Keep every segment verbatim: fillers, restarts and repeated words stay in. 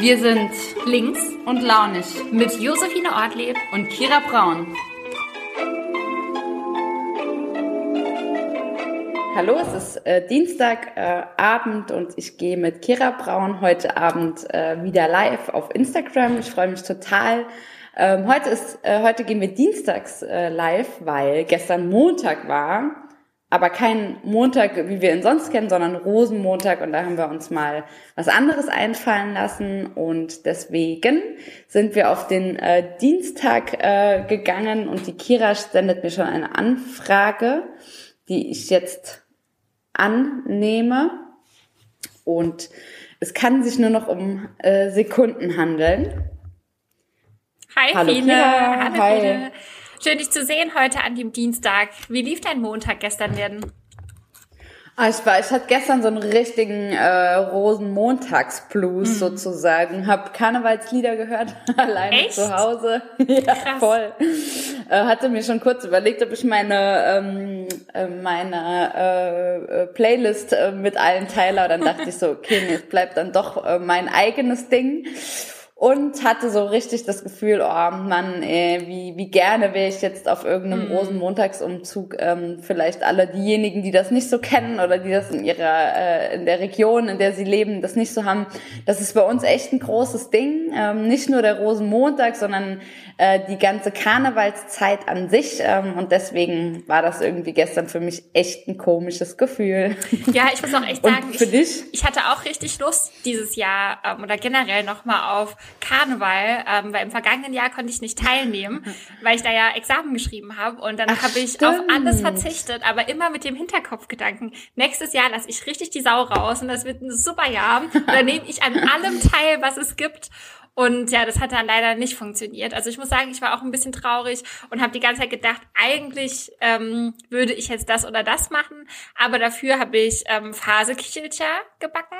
Wir sind links und launig mit Josephine Ortlieb und Kira Braun. Hallo, es ist äh, Dienstagabend äh, und ich gehe mit Kira Braun heute Abend äh, wieder live auf Instagram. Ich freue mich total. Ähm, heute ist, äh, heute gehen wir dienstags äh, live, weil gestern Montag war. Aber kein Montag, wie wir ihn sonst kennen, sondern Rosenmontag. Und da haben wir uns mal was anderes einfallen lassen. Und deswegen sind wir auf den äh, Dienstag äh, gegangen. Und die Kira sendet mir schon eine Anfrage, die ich jetzt annehme. Und es kann sich nur noch um äh, Sekunden handeln. Hi, Hallo Fine. Kira. Hallo, Hi. Fine. Schön, dich zu sehen heute an dem Dienstag. Wie lief dein Montag gestern denn? Ah, ich war, ich hatte gestern so einen richtigen äh, Rosenmontagsblues mhm. sozusagen. Hab Karnevalslieder gehört, alleine Echt? zu Hause. Ja, Krass. Voll. Äh, hatte mir schon kurz überlegt, ob ich meine ähm, äh, meine äh, Playlist äh, mit allen teile. Dann dachte ich so, okay, nee, es bleibt dann doch äh, mein eigenes Ding. Und hatte so richtig das Gefühl, oh Mann, ey, wie wie gerne wäre ich jetzt auf irgendeinem mm. Rosenmontagsumzug. Ähm, vielleicht alle diejenigen, die das nicht so kennen oder die das in ihrer äh, in der Region, in der sie leben, das nicht so haben. Das ist bei uns echt ein großes Ding. Ähm, nicht nur der Rosenmontag, sondern äh, die ganze Karnevalszeit an sich. Ähm, und deswegen war das irgendwie gestern für mich echt ein komisches Gefühl. Ja, ich muss auch echt sagen, und für ich, dich? ich hatte auch richtig Lust dieses Jahr ähm, oder generell nochmal auf Karneval, ähm, weil im vergangenen Jahr konnte ich nicht teilnehmen, weil ich da ja Examen geschrieben habe und dann habe ich stimmt. auf alles verzichtet, aber immer mit dem Hinterkopfgedanken, nächstes Jahr lasse ich richtig die Sau raus und das wird ein super Jahr und dann nehme ich an allem teil, was es gibt. Und ja, das hat dann leider nicht funktioniert. Also ich muss sagen, ich war auch ein bisschen traurig und habe die ganze Zeit gedacht, eigentlich ähm, würde ich jetzt das oder das machen, aber dafür habe ich ähm, Fasekichelcha gebacken.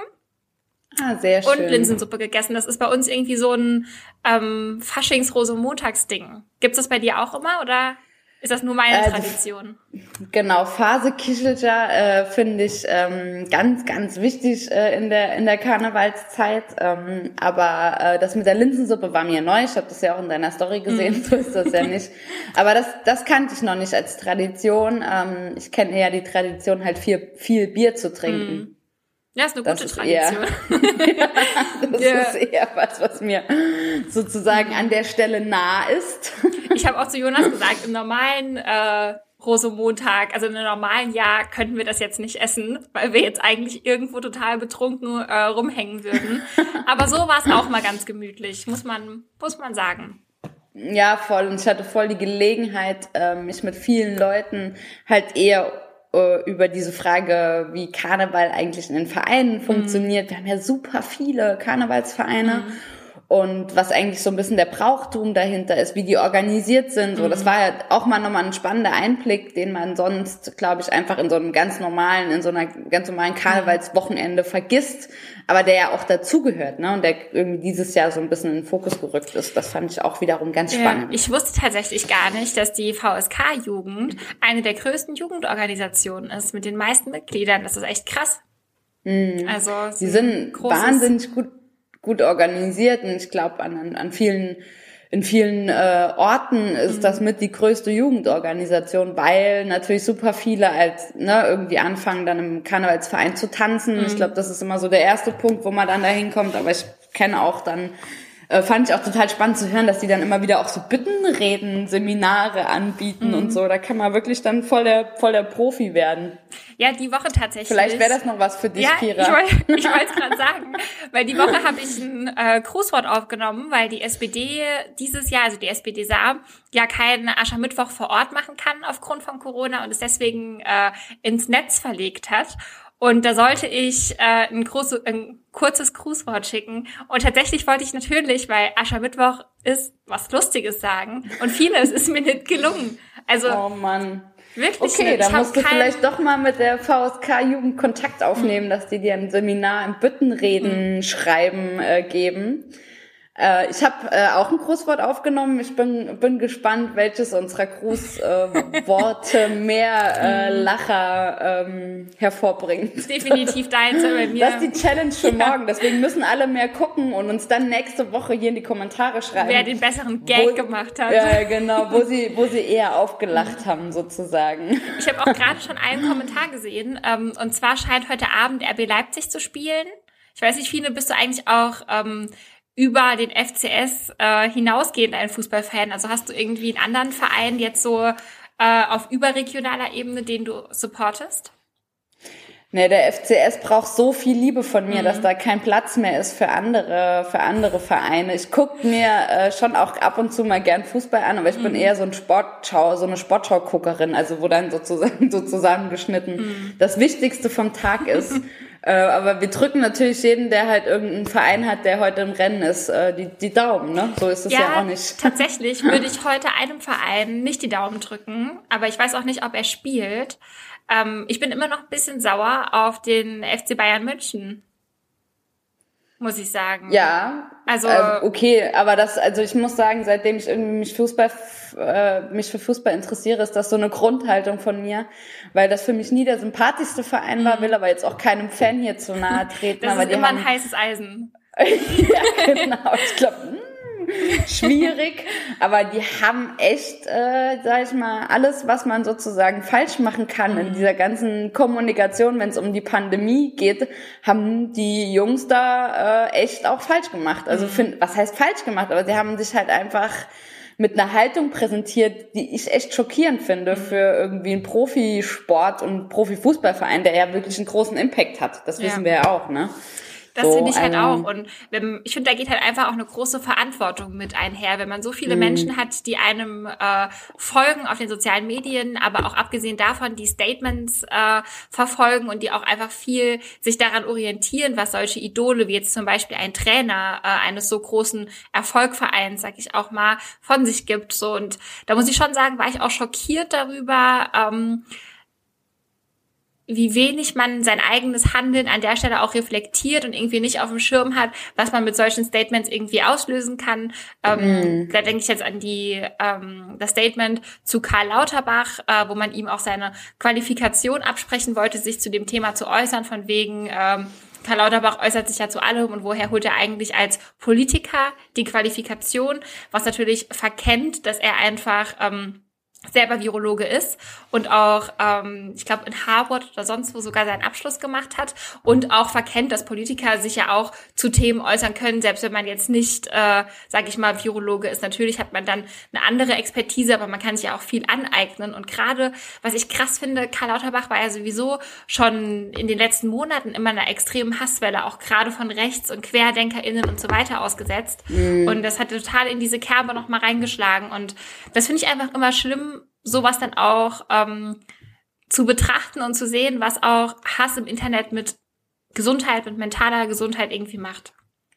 Ah, sehr schön. Und Linsensuppe gegessen. Das ist bei uns irgendwie so ein ähm, Faschings-Rosenmontagsding. Gibt's das bei dir auch immer oder ist das nur meine äh, Tradition? Genau, Fasekichelcha äh, finde ich ähm, ganz, ganz wichtig äh, in der in der Karnevalszeit. Ähm, aber äh, das mit der Linsensuppe war mir neu. Ich habe das ja auch in deiner Story gesehen. Mm. So ist das ja nicht. Aber das das kannte ich noch nicht als Tradition. Ähm, ich kenne eher die Tradition, halt viel viel Bier zu trinken. Mm. Ja, ist eine das gute ist Tradition. Eher, ja, das ja. ist eher was, was mir sozusagen an der Stelle nah ist. Ich habe auch zu Jonas gesagt, im normalen äh, Rosenmontag, also in einem normalen Jahr, könnten wir das jetzt nicht essen, weil wir jetzt eigentlich irgendwo total betrunken äh, rumhängen würden. Aber so war es auch mal ganz gemütlich, muss man muss man sagen. Ja, voll. Und ich hatte voll die Gelegenheit, mich mit vielen Leuten halt eher über diese Frage, wie Karneval eigentlich in den Vereinen funktioniert. Mhm. Wir haben ja super viele Karnevalsvereine. Mhm. Und was eigentlich so ein bisschen der Brauchtum dahinter ist, wie die organisiert sind. So, das war ja auch mal nochmal ein spannender Einblick, den man sonst, glaube ich, einfach in so einem ganz normalen, in so einer ganz normalen Karnevalswochenende vergisst, aber der ja auch dazugehört, ne? Und der irgendwie dieses Jahr so ein bisschen in den Fokus gerückt ist. Das fand ich auch wiederum ganz spannend. Ja, ich wusste tatsächlich gar nicht, dass die V S K-Jugend eine der größten Jugendorganisationen ist, mit den meisten Mitgliedern. Das ist echt krass. Mhm. Also, die sind wahnsinnig gut gut organisiert und ich glaube an an vielen in vielen äh, Orten ist mhm. das mit die größte Jugendorganisation, weil natürlich super viele als ne irgendwie anfangen dann im Karnevalsverein zu tanzen. Mhm. Ich glaube, das ist immer so der erste Punkt, wo man dann da hinkommt, aber ich kenne auch dann äh, fand ich auch total spannend zu hören, dass die dann immer wieder auch so Büttenreden, Seminare anbieten mhm. und so. Da kann man wirklich dann voll der voll der Profi werden. Ja, die Woche tatsächlich. Vielleicht wäre das noch was für dich, ja, Kira. Ich wollte ich wollte es gerade sagen, weil die Woche habe ich ein äh, Grußwort aufgenommen, weil die S P D dieses Jahr, also die S P D Saar, ja keinen Aschermittwoch vor Ort machen kann aufgrund von Corona und es deswegen äh, ins Netz verlegt hat. Und da sollte ich äh, ein, groß, ein kurzes Grußwort schicken. Und tatsächlich wollte ich natürlich, weil Aschermittwoch ist, was Lustiges sagen. Und vieles ist mir nicht gelungen. Also, oh Mann. Wirklich okay, nicht. da musst du vielleicht doch mal mit der V S K-Jugend Kontakt aufnehmen, mhm. dass die dir ein Seminar im Büttenreden mhm. schreiben äh, geben. Äh, ich habe äh, auch ein Grußwort aufgenommen. Ich bin bin gespannt, welches unserer Grußworte äh, mehr äh, Lacher ähm, hervorbringt. Definitiv deins bei mir. Das ist die Challenge für morgen. Deswegen müssen alle mehr gucken und uns dann nächste Woche hier in die Kommentare schreiben. Wer den besseren Gag wo, gemacht hat. Ja, genau, wo sie wo sie eher aufgelacht haben, sozusagen. Ich habe auch gerade schon einen Kommentar gesehen. Ähm, und zwar scheint heute Abend R B Leipzig zu spielen. Ich weiß nicht, Fine, bist du eigentlich auch ähm, über den F C S äh, hinausgehend ein Fußballfan? Also hast du irgendwie einen anderen Verein jetzt so äh, auf überregionaler Ebene, den du supportest? Nee, der F C S braucht so viel Liebe von mir, mhm. dass da kein Platz mehr ist für andere, für andere Vereine. Ich guck mir äh, schon auch ab und zu mal gern Fußball an, aber ich mhm. bin eher so ein Sportschau, so eine Sportschau-Guckerin, also wo dann sozusagen so zusammengeschnitten mhm. das Wichtigste vom Tag ist. äh, aber wir drücken natürlich jeden, der halt irgendeinen Verein hat, der heute im Rennen ist, äh, die, die Daumen, ne? So ist es ja, ja auch nicht. Tatsächlich würde ich heute einem Verein nicht die Daumen drücken, aber ich weiß auch nicht, ob er spielt. Ähm, ich bin immer noch ein bisschen sauer auf den F C Bayern München, muss ich sagen. Ja, also äh, okay, aber das, also ich muss sagen, seitdem ich irgendwie mich Fußball, äh, mich für Fußball interessiere, ist das so eine Grundhaltung von mir, weil das für mich nie der sympathischste Verein war, will aber jetzt auch keinem Fan hier zu nahe treten. Das aber ist die immer haben, ein heißes Eisen. Ja, genau. Ich glaube, schwierig, aber die haben echt, äh, sag ich mal, alles, was man sozusagen falsch machen kann in dieser ganzen Kommunikation, wenn es um die Pandemie geht, haben die Jungs da äh, echt auch falsch gemacht. Also find, was heißt falsch gemacht? Aber sie haben sich halt einfach mit einer Haltung präsentiert, die ich echt schockierend finde für irgendwie einen Profisport und Profifußballverein, der ja wirklich einen großen Impact hat. Das wissen ja. wir ja auch, ne? Das so, finde ich halt ähm, auch. Und wenn, ich finde, da geht halt einfach auch eine große Verantwortung mit einher, wenn man so viele mm. Menschen hat, die einem äh, folgen auf den sozialen Medien, aber auch abgesehen davon, die Statements äh, verfolgen und die auch einfach viel sich daran orientieren, was solche Idole wie jetzt zum Beispiel ein Trainer äh, eines so großen Erfolgvereins, sag ich auch mal, von sich gibt. So, und da muss ich schon sagen, war ich auch schockiert darüber, ähm, wie wenig man sein eigenes Handeln an der Stelle auch reflektiert und irgendwie nicht auf dem Schirm hat, was man mit solchen Statements irgendwie auslösen kann. Ähm, mm. Da denke ich jetzt an die ähm, das Statement zu Karl Lauterbach, äh, wo man ihm auch seine Qualifikation absprechen wollte, sich zu dem Thema zu äußern, von wegen ähm, Karl Lauterbach äußert sich ja zu allem und woher holt er eigentlich als Politiker die Qualifikation, was natürlich verkennt, dass er einfach ähm, selber Virologe ist und auch, ähm, ich glaube, in Harvard oder sonst wo sogar seinen Abschluss gemacht hat und auch verkennt, dass Politiker sich ja auch zu Themen äußern können, selbst wenn man jetzt nicht, äh, sage ich mal, Virologe ist. Natürlich hat man dann eine andere Expertise, aber man kann sich ja auch viel aneignen. Und gerade, was ich krass finde, Karl Lauterbach war ja sowieso schon in den letzten Monaten immer einer extremen Hasswelle, auch gerade von Rechts- und QuerdenkerInnen und so weiter ausgesetzt. Mhm. Und das hat total in diese Kerbe nochmal reingeschlagen. Und das finde ich einfach immer schlimm, sowas dann auch ähm, zu betrachten und zu sehen, was auch Hass im Internet mit Gesundheit, mit mentaler Gesundheit irgendwie macht.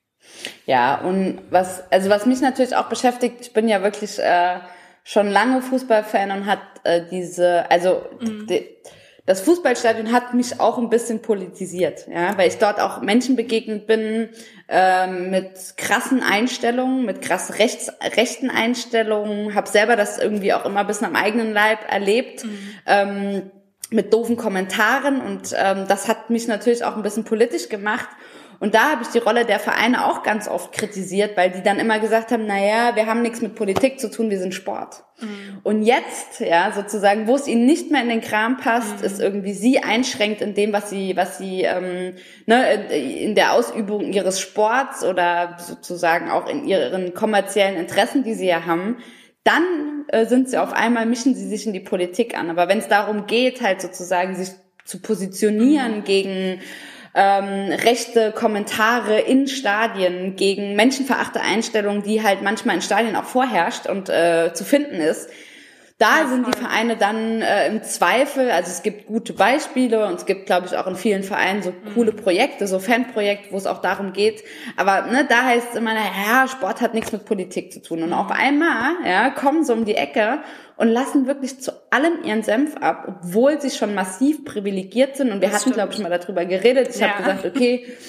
Ja, und was, also was mich natürlich auch beschäftigt, ich bin ja wirklich äh, schon lange Fußballfan und hat äh, diese, also mhm. die, das Fußballstadion hat mich auch ein bisschen politisiert, ja, weil ich dort auch Menschen begegnet bin ähm, mit krassen Einstellungen, mit krass rechts, rechten Einstellungen, habe selber das irgendwie auch immer ein bisschen am eigenen Leib erlebt, mhm. ähm, mit doofen Kommentaren und ähm, das hat mich natürlich auch ein bisschen politisch gemacht. Und da habe ich die Rolle der Vereine auch ganz oft kritisiert, weil die dann immer gesagt haben, na ja, wir haben nichts mit Politik zu tun, wir sind Sport. Mhm. Und jetzt, ja, sozusagen, wo es ihnen nicht mehr in den Kram passt, mhm. ist irgendwie sie einschränkt in dem, was sie, was sie, ähm, ne, in der Ausübung ihres Sports oder sozusagen auch in ihren kommerziellen Interessen, die sie ja haben, dann äh, sind sie auf einmal, mischen sie sich in die Politik an. Aber wenn es darum geht, halt sozusagen sich zu positionieren mhm. gegen Ähm, rechte Kommentare in Stadien, gegen menschenverachtende Einstellungen, die halt manchmal in Stadien auch vorherrscht und äh, zu finden ist. Da ja, sind die Vereine dann äh, im Zweifel, also es gibt gute Beispiele und es gibt, glaube ich, auch in vielen Vereinen so mhm. coole Projekte, so Fanprojekte, wo es auch darum geht. Aber ne, da heißt es immer, ja, Sport hat nichts mit Politik zu tun. Und mhm. auf einmal ja, kommen so um die Ecke und lassen wirklich zu allem ihren Senf ab, obwohl sie schon massiv privilegiert sind. Und wir das hatten, glaube ich, mal darüber geredet. Ich ja. habe gesagt, okay,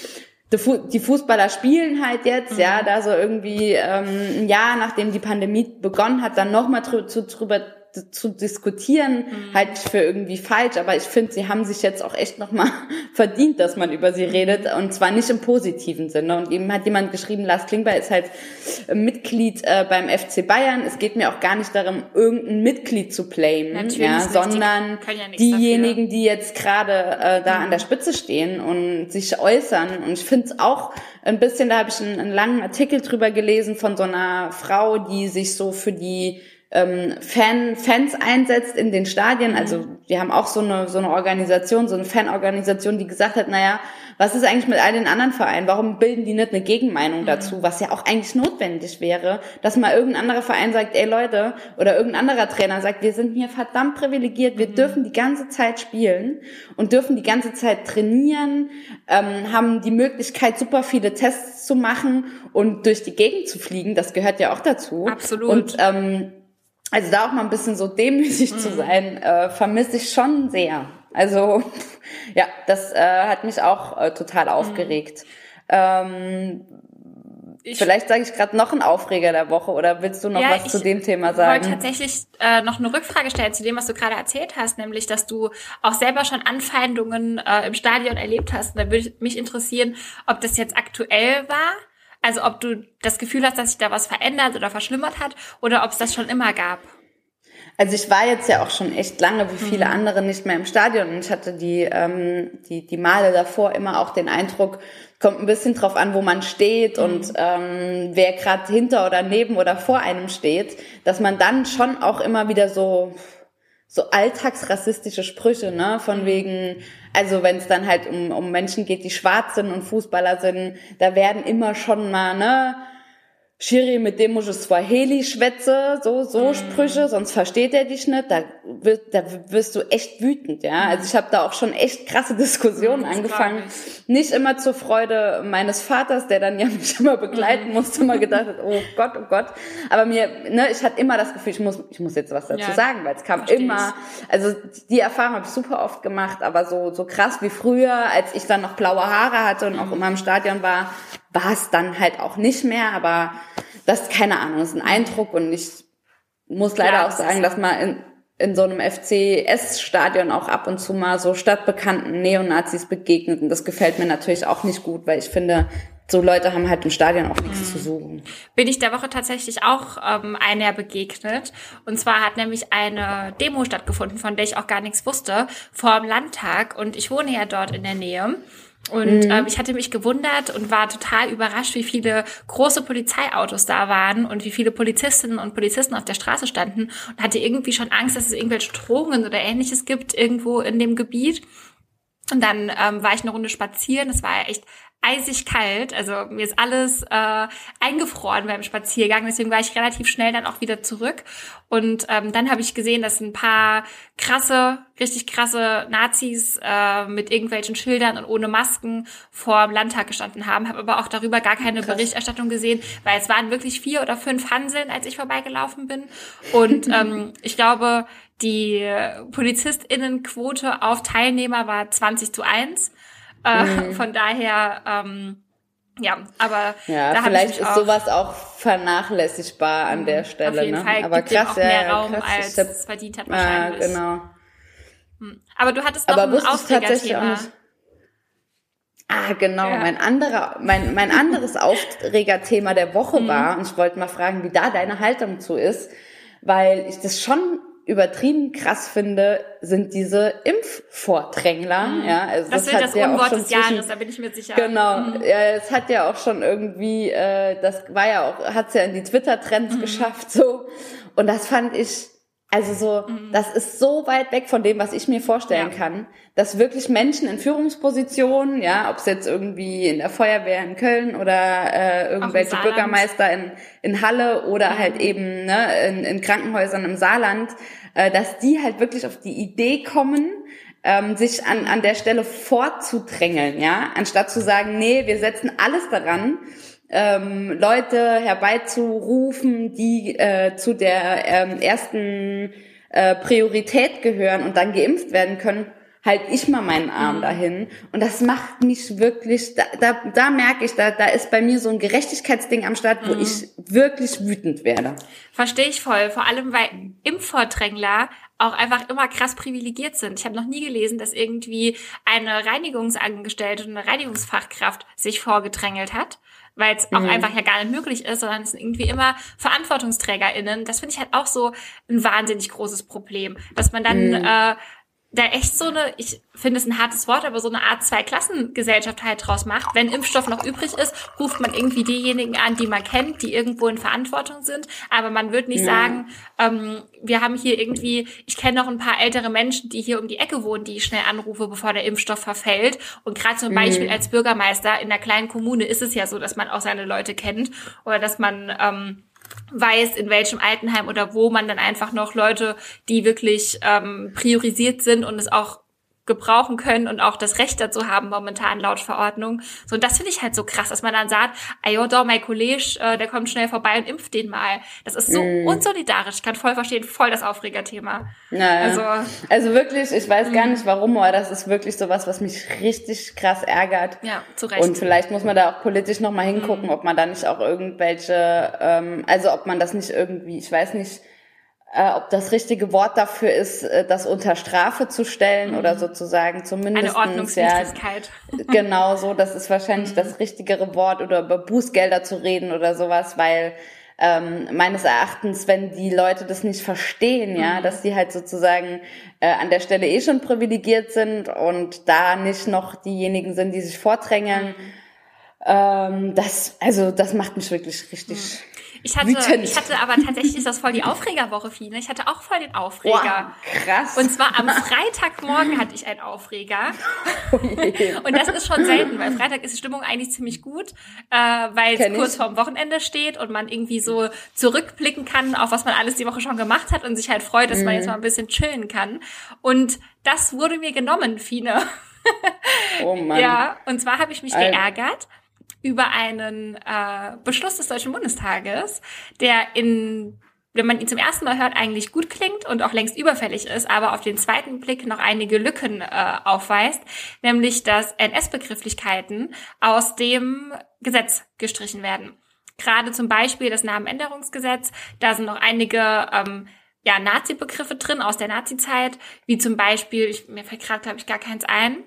die, Fu- die Fußballer spielen halt jetzt, mhm. ja, da so irgendwie ähm, ein Jahr nachdem die Pandemie begonnen hat, dann nochmal drü- zu, drüber zu diskutieren, mhm. halt für irgendwie falsch, aber ich finde, sie haben sich jetzt auch echt nochmal verdient, dass man über sie redet, und zwar nicht im positiven Sinne. Und eben hat jemand geschrieben, Lars Klingbeil ist halt Mitglied äh, beim F C Bayern. Es geht mir auch gar nicht darum, irgendein Mitglied zu blamen, ja, sondern die ja diejenigen, dafür. die jetzt gerade äh, da mhm. an der Spitze stehen und sich äußern. Und ich finde es auch ein bisschen, da habe ich einen, einen langen Artikel drüber gelesen von so einer Frau, die sich so für die ähm, Fan, Fans einsetzt in den Stadien. Also die haben auch so eine so eine Organisation, so eine Fanorganisation, die gesagt hat, naja, was ist eigentlich mit all den anderen Vereinen? Warum bilden die nicht eine Gegenmeinung mhm. dazu? Was ja auch eigentlich notwendig wäre, dass mal irgendein anderer Verein sagt, ey Leute, oder irgendein anderer Trainer sagt, wir sind hier verdammt privilegiert, wir mhm. dürfen die ganze Zeit spielen und dürfen die ganze Zeit trainieren, ähm, haben die Möglichkeit, super viele Tests zu machen und durch die Gegend zu fliegen. Das gehört ja auch dazu. Absolut. Und ähm, also da auch mal ein bisschen so demütig mhm. zu sein, äh, vermisse ich schon sehr. Also ja, das äh, hat mich auch äh, total aufgeregt. Mhm. Ähm, ich, vielleicht sage ich gerade noch einen Aufreger der Woche, oder willst du noch ja, was zu dem Thema sagen? Ich wollte tatsächlich äh, noch eine Rückfrage stellen zu dem, was du gerade erzählt hast, nämlich, dass du auch selber schon Anfeindungen äh, im Stadion erlebt hast. Und da würde mich interessieren, ob das jetzt aktuell war. Also ob du das Gefühl hast, dass sich da was verändert oder verschlimmert hat, oder ob es das schon immer gab. Also ich war jetzt ja auch schon echt lange, wie viele mhm. andere, nicht mehr im Stadion, und ich hatte die ähm, die die Male davor immer auch den Eindruck, kommt ein bisschen drauf an, wo man steht mhm. und ähm, wer gerade hinter oder neben oder vor einem steht, dass man dann schon auch immer wieder so so alltagsrassistische Sprüche, ne, von mhm. wegen, also wenn es dann halt um um Menschen geht, die schwarz sind und Fußballer sind, da werden immer schon mal, ne, Schiri, mit dem muss ich Swahili schwätze, so, so mm. Sprüche, sonst versteht er dich nicht, da, wird, da wirst du echt wütend, ja. Mm. Also ich habe da auch schon echt krasse Diskussionen mm, angefangen. Nicht immer zur Freude meines Vaters, der dann ja mich immer begleiten mm. musste, immer gedacht hat, oh Gott, oh Gott. Aber mir, ne, ich hatte immer das Gefühl, ich muss, ich muss jetzt was dazu ja, sagen, weil es kam immer, also die Erfahrung habe ich super oft gemacht, aber so, so krass wie früher, als ich dann noch blaue Haare hatte und mm. auch immer im Stadion war, war es dann halt auch nicht mehr, aber das ist keine Ahnung, das ist ein Eindruck, und ich muss leider ja, auch sagen, dass man in, in so einem F C S-Stadion auch ab und zu mal so stadtbekannten Neonazis begegnet, und das gefällt mir natürlich auch nicht gut, weil ich finde, so Leute haben halt im Stadion auch nichts mhm. zu suchen. Bin ich der Woche tatsächlich auch ähm, einer begegnet, und zwar hat nämlich eine Demo stattgefunden, von der ich auch gar nichts wusste, vor dem Landtag, und ich wohne ja dort in der Nähe. Und mhm. ähm, ich hatte mich gewundert und war total überrascht, wie viele große Polizeiautos da waren und wie viele Polizistinnen und Polizisten auf der Straße standen, und hatte irgendwie schon Angst, dass es irgendwelche Drohungen oder Ähnliches gibt irgendwo in dem Gebiet. Und dann ähm, war ich eine Runde spazieren. Es war echt eisig kalt, also mir ist alles äh, eingefroren beim Spaziergang, deswegen war ich relativ schnell dann auch wieder zurück, und ähm, dann habe ich gesehen, dass ein paar krasse, richtig krasse Nazis äh, mit irgendwelchen Schildern und ohne Masken vor dem Landtag gestanden haben, habe aber auch darüber gar keine Krass. Berichterstattung gesehen, weil es waren wirklich vier oder fünf Hanseln, als ich vorbeigelaufen bin, und ähm, ich glaube, die PolizistInnenquote auf Teilnehmer war zwanzig zu eins. Mhm. Von daher, ähm, ja, aber ja, da vielleicht ich ist auch, sowas auch vernachlässigbar an der Stelle. Auf jeden ne? Fall aber gibt krass, auch mehr ja, Raum, krass, als es verdient hat wahrscheinlich. Ja, genau. Aber du hattest noch aber ein Aufregerthema. Ah, genau. Ja. Mein anderer, mein mein anderes Aufregerthema der Woche mhm. war, und ich wollte mal fragen, wie da deine Haltung zu ist, weil ich das schon übertrieben krass finde, sind diese Impfvordrängler. Mhm. Ja, also das, das wird das ja Unwort des zwischen, Jahres, da bin ich mir sicher. Genau, mhm. ja, es hat ja auch schon irgendwie, äh, das war ja auch, hat's ja in die Twitter-Trends mhm. geschafft, so. Und das fand ich, also so, mhm. das ist so weit weg von dem, was ich mir vorstellen ja. kann, dass wirklich Menschen in Führungspositionen, ja, ob es jetzt irgendwie in der Feuerwehr in Köln oder äh, irgendwelche Bürgermeister in in Halle oder mhm. halt eben ne in, in Krankenhäusern im Saarland, äh, dass die halt wirklich auf die Idee kommen, ähm, sich an an der Stelle vorzudrängeln, ja, anstatt zu sagen, nee, wir setzen alles daran, ähm, Leute herbeizurufen, die äh, zu der ähm, ersten äh, Priorität gehören und dann geimpft werden können, halt ich mal meinen Arm mhm. dahin. Und das macht mich wirklich, da, da, da merke ich, da, da ist bei mir so ein Gerechtigkeitsding am Start, wo mhm. ich wirklich wütend werde. Verstehe ich voll. Vor allem, weil Impfvordrängler auch einfach immer krass privilegiert sind. Ich habe noch nie gelesen, dass irgendwie eine Reinigungsangestellte und eine Reinigungsfachkraft sich vorgedrängelt hat, weil es auch mhm. einfach ja gar nicht möglich ist, sondern es sind irgendwie immer VerantwortungsträgerInnen. Das finde ich halt auch so ein wahnsinnig großes Problem, dass man dann mhm. äh, da echt so eine, ich finde es ein hartes Wort, aber so eine Art Zweiklassengesellschaft halt draus macht. Wenn Impfstoff noch übrig ist, ruft man irgendwie diejenigen an, die man kennt, die irgendwo in Verantwortung sind. Aber man wird nicht ja. sagen, ähm, wir haben hier irgendwie, ich kenne noch ein paar ältere Menschen, die hier um die Ecke wohnen, die ich schnell anrufe, bevor der Impfstoff verfällt. Und gerade zum Beispiel mhm. als Bürgermeister in einer kleinen Kommune ist es ja so, dass man auch seine Leute kennt oder dass man ähm, weiß, in welchem Altenheim oder wo man dann einfach noch Leute, die wirklich ähm, priorisiert sind und es auch gebrauchen können und auch das Recht dazu haben momentan laut Verordnung. So, und das finde ich halt so krass, dass man dann sagt, ah ja, doch, mein Kollege, äh, der kommt schnell vorbei und impft den mal. Das ist so mm. unsolidarisch. Ich kann voll verstehen, voll das Aufregerthema. Naja. Also, also wirklich, ich weiß gar nicht warum, aber das ist wirklich sowas, was mich richtig krass ärgert. Ja, zu Recht. Und vielleicht muss man da auch politisch nochmal hingucken, mm. ob man da nicht auch irgendwelche, ähm, also ob man das nicht irgendwie, ich weiß nicht, Äh, ob das richtige Wort dafür ist, äh, das unter Strafe zu stellen mhm. oder sozusagen zumindest eine Ordnungswidrigkeit. Ja, genau so, das ist wahrscheinlich mhm. das richtigere Wort, oder über Bußgelder zu reden oder sowas, weil ähm, meines Erachtens, wenn die Leute das nicht verstehen, mhm. ja, dass die halt sozusagen äh, an der Stelle eh schon privilegiert sind und da nicht noch diejenigen sind, die sich vordrängeln, mhm. ähm, das, also das macht mich wirklich richtig mhm. Ich hatte, ich hatte aber tatsächlich das voll die Aufregerwoche, Fine. Ich hatte auch voll den Aufreger. Wow, krass. Und zwar am Freitagmorgen hatte ich einen Aufreger. Und das ist schon selten, weil Freitag ist die Stimmung eigentlich ziemlich gut, äh, weil es kurz vorm Wochenende steht und man irgendwie so zurückblicken kann auf was man alles die Woche schon gemacht hat und sich halt freut, dass mhm. man jetzt mal ein bisschen chillen kann. Und das wurde mir genommen, Fine. Oh Mann. Ja, und zwar habe ich mich Alter. geärgert über einen äh, Beschluss des Deutschen Bundestages, der in, wenn man ihn zum ersten Mal hört, eigentlich gut klingt und auch längst überfällig ist, aber auf den zweiten Blick noch einige Lücken äh, aufweist, nämlich dass N S-Begrifflichkeiten aus dem Gesetz gestrichen werden. Gerade zum Beispiel das Namenänderungsgesetz, da sind noch einige ähm, ja Nazi-Begriffe drin aus der Nazi-Zeit, wie zum Beispiel, ich, mir fällt gerade, glaube ich, gar keins ein.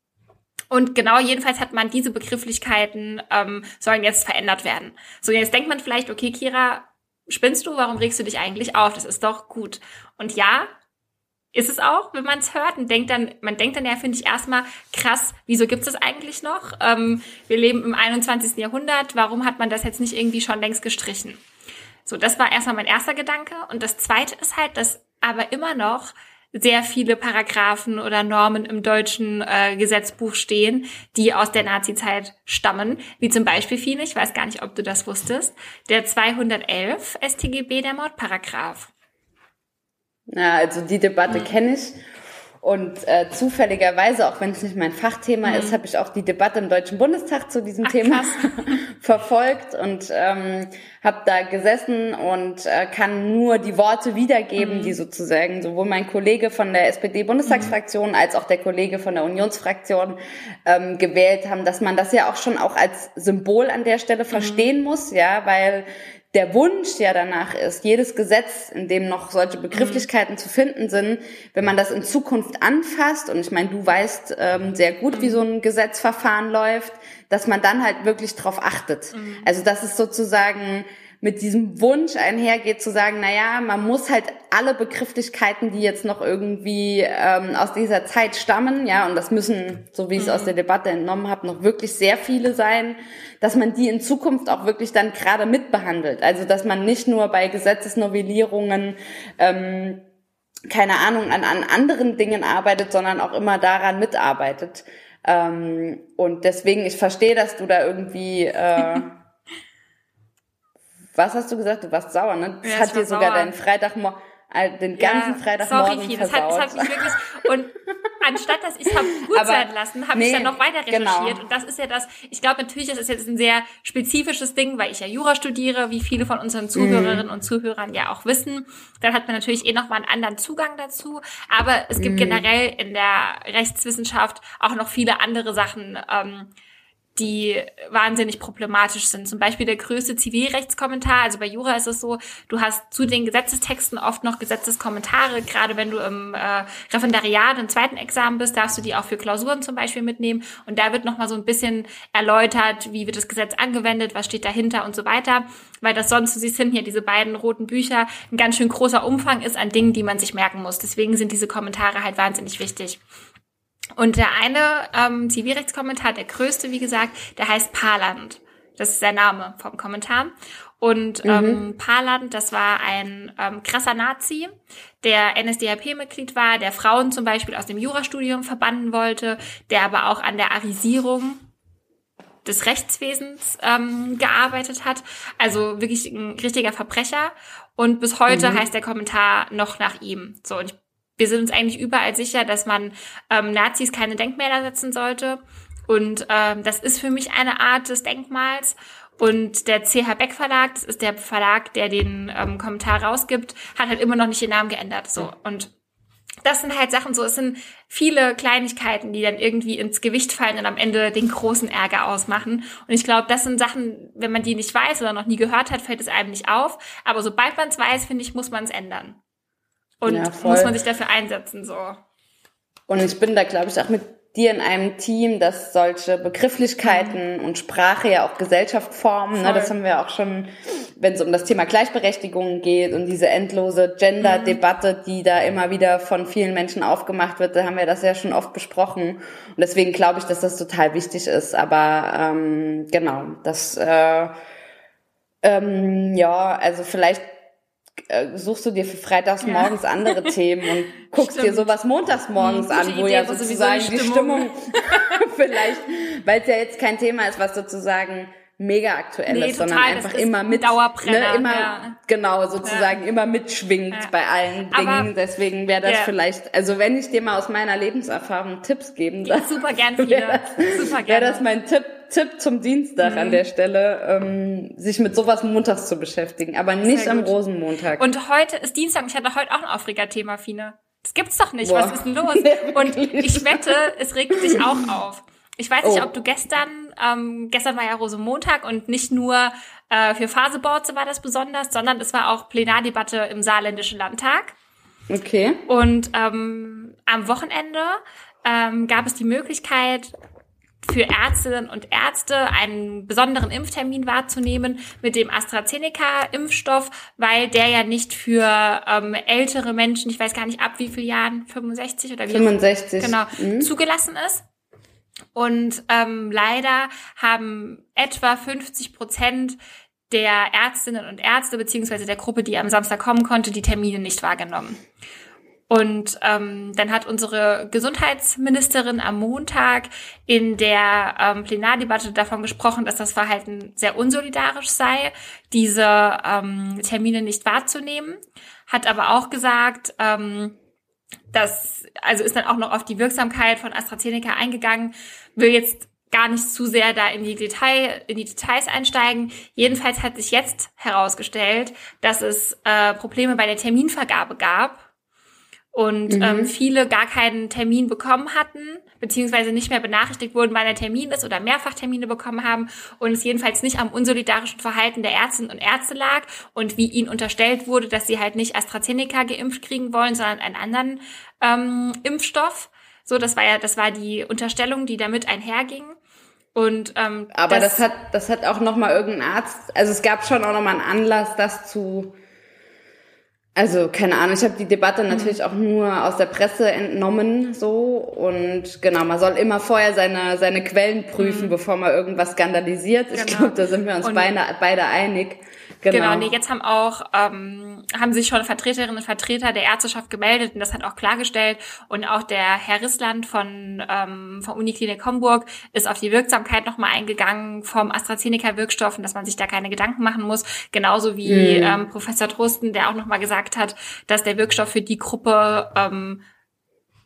Und genau, jedenfalls hat man diese Begrifflichkeiten, ähm, sollen jetzt verändert werden. So, jetzt denkt man vielleicht, okay, Kira, spinnst du? Warum regst du dich eigentlich auf? Das ist doch gut. Und ja, ist es auch, wenn man es hört und denkt dann, man denkt dann ja, finde ich erstmal krass, wieso gibt es das eigentlich noch? Ähm, wir leben im einundzwanzigsten Jahrhundert, warum hat man das jetzt nicht irgendwie schon längst gestrichen? So, das war erstmal mein erster Gedanke. Und das zweite ist halt, dass aber immer noch sehr viele Paragraphen oder Normen im deutschen äh, Gesetzbuch stehen, die aus der Nazi-Zeit stammen, wie zum Beispiel, Fine, ich weiß gar nicht, ob du das wusstest, der zweihundertelf S t G B, der Mordparagraph. Ja, also die Debatte mhm. kenne ich. Und äh, zufälligerweise, auch wenn es nicht mein Fachthema mhm. ist, habe ich auch die Debatte im Deutschen Bundestag zu diesem Ach, Thema verfolgt und ähm, habe da gesessen und äh, kann nur die Worte wiedergeben, mhm. die sozusagen sowohl mein Kollege von der S P D-Bundestagsfraktion mhm. als auch der Kollege von der Unionsfraktion ähm, gewählt haben, dass man das ja auch schon auch als Symbol an der Stelle mhm. verstehen muss, ja, weil der Wunsch ja danach ist, jedes Gesetz, in dem noch solche Begrifflichkeiten mhm. zu finden sind, wenn man das in Zukunft anfasst, und ich meine, du weißt ähm, sehr gut, mhm. wie so ein Gesetzverfahren läuft, dass man dann halt wirklich drauf achtet. Mhm. Also dass es sozusagen mit diesem Wunsch einhergeht, zu sagen, na ja, man muss halt alle Begrifflichkeiten, die jetzt noch irgendwie ähm, aus dieser Zeit stammen, ja, und das müssen, so wie ich es mhm. aus der Debatte entnommen habe, noch wirklich sehr viele sein, dass man die in Zukunft auch wirklich dann gerade mitbehandelt. Also dass man nicht nur bei Gesetzesnovellierungen ähm, keine Ahnung, an, an anderen Dingen arbeitet, sondern auch immer daran mitarbeitet. Ähm, und deswegen, ich verstehe, dass du da irgendwie äh, was hast du gesagt? Du warst sauer, ne? Das ja, hat dir sogar sauer. deinen Freitagmorgen, den ganzen ja, Freitagmorgen sorry, versaut. Das hat, das hat mich wirklich, und anstatt dass ich es habe gut Aber, sein lassen, habe nee, ich dann noch weiter recherchiert. Genau. Und das ist ja das, ich glaube natürlich, das ist jetzt ein sehr spezifisches Ding, weil ich ja Jura studiere, wie viele von unseren Zuhörerinnen mm. und Zuhörern ja auch wissen. Dann hat man natürlich eh nochmal einen anderen Zugang dazu. Aber es gibt mm. generell in der Rechtswissenschaft auch noch viele andere Sachen, ähm, die wahnsinnig problematisch sind. Zum Beispiel der größte Zivilrechtskommentar. Also bei Jura ist es so, du hast zu den Gesetzestexten oft noch Gesetzeskommentare. Gerade wenn du im äh, Referendariat, im zweiten Examen bist, darfst du die auch für Klausuren zum Beispiel mitnehmen. Und da wird nochmal so ein bisschen erläutert, wie wird das Gesetz angewendet, was steht dahinter und so weiter. Weil das sonst, du siehst hinten hier diese beiden roten Bücher, ein ganz schön großer Umfang ist an Dingen, die man sich merken muss. Deswegen sind diese Kommentare halt wahnsinnig wichtig. Und der eine ähm, Zivilrechtskommentar, der größte, wie gesagt, der heißt Paland. Das ist der Name vom Kommentar. Und mhm. ähm, Paland, das war ein ähm, krasser Nazi, der N S D A P-Mitglied war, der Frauen zum Beispiel aus dem Jurastudium verbannen wollte, der aber auch an der Arisierung des Rechtswesens ähm, gearbeitet hat. Also wirklich ein richtiger Verbrecher. Und bis heute mhm. heißt der Kommentar noch nach ihm. So, und ich Wir sind uns eigentlich überall sicher, dass man ähm, Nazis keine Denkmäler setzen sollte. Und ähm, das ist für mich eine Art des Denkmals. Und der C H Beck Verlag, das ist der Verlag, der den ähm, Kommentar rausgibt, hat halt immer noch nicht den Namen geändert. So. Und das sind halt Sachen so, es sind viele Kleinigkeiten, die dann irgendwie ins Gewicht fallen und am Ende den großen Ärger ausmachen. Und ich glaube, das sind Sachen, wenn man die nicht weiß oder noch nie gehört hat, fällt es einem nicht auf. Aber sobald man es weiß, finde ich, muss man es ändern. Und ja, muss man sich dafür einsetzen, so. Und ich bin da, glaube ich, auch mit dir in einem Team, dass solche Begrifflichkeiten mhm. und Sprache ja auch Gesellschaft formen. Ne? Das haben wir auch schon, wenn es um das Thema Gleichberechtigung geht und diese endlose Gender-Debatte, die da immer wieder von vielen Menschen aufgemacht wird, da haben wir das ja schon oft besprochen. Und deswegen glaube ich, dass das total wichtig ist. Aber ähm, genau, das äh, ähm, ja, also vielleicht suchst du dir für freitags morgens ja. andere Themen und guckst Stimmt. dir sowas montags morgens hm, an, wo Idee, ja sozusagen die Stimmung, die Stimmung vielleicht, weil es ja jetzt kein Thema ist, was sozusagen mega aktuell nee, ist, total, sondern einfach immer mit, ne, immer, ja. genau, sozusagen ja. immer mitschwingt ja. bei allen Dingen. Aber deswegen wäre das ja. vielleicht, also wenn ich dir mal aus meiner Lebenserfahrung Tipps geben darf, super gern viele, wäre das, wär das mein Tipp, Tipp zum Dienstag mhm. an der Stelle, ähm, sich mit sowas montags zu beschäftigen, aber nicht am Rosenmontag. Und heute ist Dienstag, ich hatte heute auch ein Aufregerthema, Fine. Das gibt's doch nicht, Boah. Was ist denn los? Und ich wette, es regt dich auch auf. Ich weiß nicht, oh. ob du gestern, ähm, gestern war ja Rosenmontag und nicht nur äh, für Phaseboards war das besonders, sondern es war auch Plenardebatte im Saarländischen Landtag. Okay. Und ähm, am Wochenende ähm, gab es die Möglichkeit, für Ärztinnen und Ärzte einen besonderen Impftermin wahrzunehmen mit dem AstraZeneca-Impfstoff, weil der ja nicht für ähm, ältere Menschen, ich weiß gar nicht ab wie vielen Jahren, fünfundsechzig oder wie? fünfundsechzig. Genau, mhm. zugelassen ist. Und ähm, leider haben etwa fünfzig Prozent der Ärztinnen und Ärzte beziehungsweise der Gruppe, die am Samstag kommen konnte, die Termine nicht wahrgenommen. Und ähm, dann hat unsere Gesundheitsministerin am Montag in der ähm, Plenardebatte davon gesprochen, dass das Verhalten sehr unsolidarisch sei, diese ähm, Termine nicht wahrzunehmen. Hat aber auch gesagt, ähm, dass, also ist dann auch noch auf die Wirksamkeit von AstraZeneca eingegangen, will jetzt gar nicht zu sehr da in die Detail, in die Details einsteigen. Jedenfalls hat sich jetzt herausgestellt, dass es äh, Probleme bei der Terminvergabe gab. Und mhm. ähm, viele gar keinen Termin bekommen hatten, beziehungsweise nicht mehr benachrichtigt wurden, wann der Termin ist oder mehrfach Termine bekommen haben und es jedenfalls nicht am unsolidarischen Verhalten der Ärztinnen und Ärzte lag und wie ihnen unterstellt wurde, dass sie halt nicht AstraZeneca geimpft kriegen wollen, sondern einen anderen ähm, Impfstoff. So, das war ja, das war die Unterstellung, die damit einherging. Und ähm, aber das, das hat, das hat auch noch mal irgendein Arzt, also es gab schon auch noch mal einen Anlass, das zu Also, keine Ahnung, ich habe die Debatte natürlich mhm. auch nur aus der Presse entnommen, so, und genau, man soll immer vorher seine seine Quellen prüfen, mhm. bevor man irgendwas skandalisiert. Genau. Ich glaube, da sind wir uns beide, beide einig. Genau. genau, nee, jetzt haben auch, ähm, haben sich schon Vertreterinnen und Vertreter der Ärzteschaft gemeldet und das hat auch klargestellt. Und auch der Herr Rissland von, ähm, von Uniklinik Homburg ist auf die Wirksamkeit nochmal eingegangen vom AstraZeneca-Wirkstoff und dass man sich da keine Gedanken machen muss. Genauso wie mhm. ähm, Professor Drosten, der auch nochmal gesagt hat, dass der Wirkstoff für die Gruppe ähm,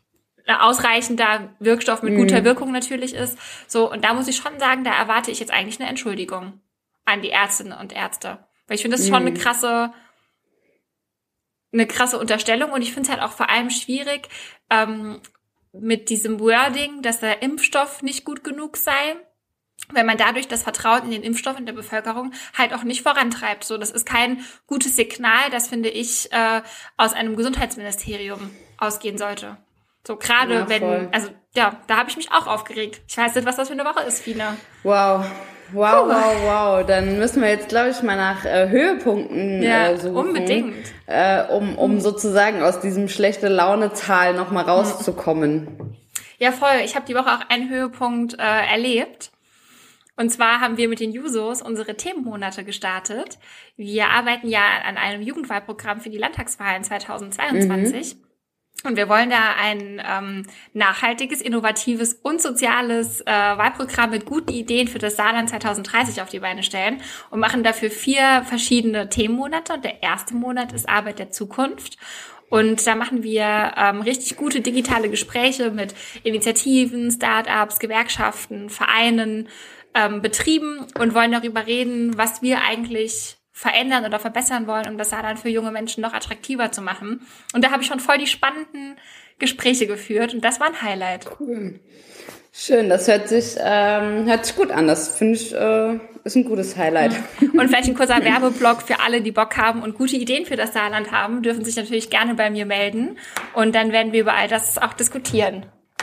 ein ausreichender Wirkstoff mit guter Wirkung natürlich ist. So, und da muss ich schon sagen, da erwarte ich jetzt eigentlich eine Entschuldigung an die Ärztinnen und Ärzte. Weil ich finde, das ist schon eine krasse, eine krasse Unterstellung. Und ich finde es halt auch vor allem schwierig, ähm, mit diesem Wording, dass der Impfstoff nicht gut genug sei, wenn man dadurch das Vertrauen in den Impfstoff in der Bevölkerung halt auch nicht vorantreibt. So, das ist kein gutes Signal, das, finde ich, äh, aus einem Gesundheitsministerium ausgehen sollte. So, gerade ja, wenn, voll. also, ja, da habe ich mich auch aufgeregt. Ich weiß nicht, was das für eine Woche ist, Fine. Wow. Wow, Puh. wow, wow. Dann müssen wir jetzt, glaube ich, mal nach äh, Höhepunkten ja, äh, suchen. Unbedingt. Äh, um, um sozusagen aus diesem schlechte Laune-Tal nochmal rauszukommen. Ja, voll. Ich habe die Woche auch einen Höhepunkt äh, erlebt. Und zwar haben wir mit den Jusos unsere Themenmonate gestartet. Wir arbeiten ja an einem Jugendwahlprogramm für die Landtagswahlen zweitausendzweiundzwanzig. Mhm. Und wir wollen da ein ähm, nachhaltiges, innovatives und soziales äh, Wahlprogramm mit guten Ideen für das Saarland zweitausenddreißig auf die Beine stellen und machen dafür vier verschiedene Themenmonate. Und der erste Monat ist Arbeit der Zukunft. Und da machen wir ähm, richtig gute digitale Gespräche mit Initiativen, Start-ups, Gewerkschaften, Vereinen, ähm, Betrieben und wollen darüber reden, was wir eigentlich verändern oder verbessern wollen, um das Saarland für junge Menschen noch attraktiver zu machen. Und da habe ich schon voll die spannenden Gespräche geführt und das war ein Highlight. Cool. Schön, das hört sich, ähm, hört sich gut an. Das finde ich, äh, ist ein gutes Highlight. Und vielleicht ein kurzer Werbeblock für alle, die Bock haben und gute Ideen für das Saarland haben, dürfen sich natürlich gerne bei mir melden und dann werden wir über all das auch diskutieren.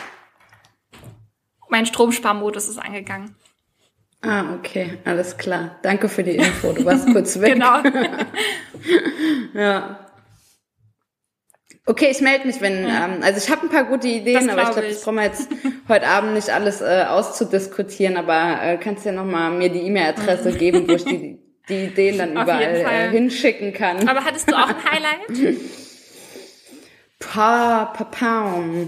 Mein Stromsparmodus ist angegangen. Ah, okay, alles klar. Danke für die Info. Du warst kurz weg. Genau. Ja. Okay, ich melde mich, wenn, ähm, also ich habe ein paar gute Ideen, aber ich glaube, das brauchen wir jetzt heute Abend nicht alles äh, auszudiskutieren, aber äh, kannst ja nochmal mir die E-Mail-Adresse geben, wo ich die, die Ideen dann Auf überall jeden Fall. äh, hinschicken kann. Aber hattest du auch ein Highlight? Pa, pa, paum.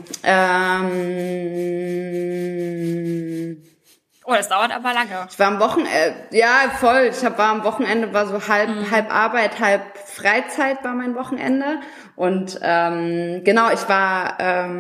Ähm... Oh, das dauert aber lange. Ich war am Wochenende, ja, voll. Ich hab, war am Wochenende, war so halb, mhm. halb Arbeit, halb Freizeit war mein Wochenende. Und ähm, genau, ich war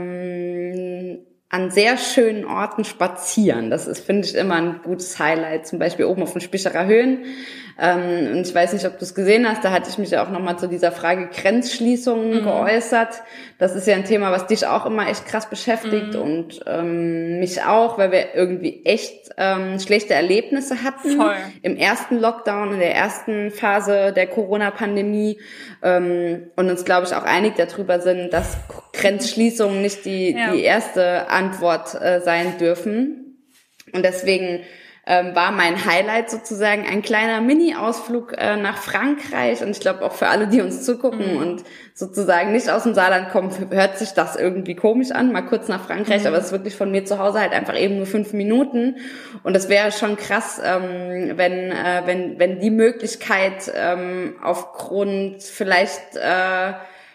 ähm, an sehr schönen Orten spazieren. Das ist, finde ich, immer ein gutes Highlight. Zum Beispiel oben auf den Spicherer Höhen. Ähm, und ich weiß nicht, ob du es gesehen hast, da hatte ich mich ja auch nochmal zu dieser Frage Grenzschließungen mhm. geäußert. Das ist ja ein Thema, was dich auch immer echt krass beschäftigt mhm. und ähm, mich auch, weil wir irgendwie echt ähm, schlechte Erlebnisse hatten. Voll. Im ersten Lockdown, in der ersten Phase der Corona-Pandemie ähm, und uns, glaube ich, auch einig darüber sind, dass Grenzschließungen nicht die, ja. die erste Antwort äh, sein dürfen. Und deswegen Ähm, war mein Highlight sozusagen ein kleiner Mini-Ausflug äh, nach Frankreich und ich glaube auch für alle, die uns zugucken mhm. und sozusagen nicht aus dem Saarland kommen, hört sich das irgendwie komisch an, mal kurz nach Frankreich, mhm. aber es ist wirklich von mir zu Hause halt einfach eben nur fünf Minuten und das wäre schon krass, ähm, wenn äh, wenn wenn die Möglichkeit ähm, aufgrund vielleicht äh,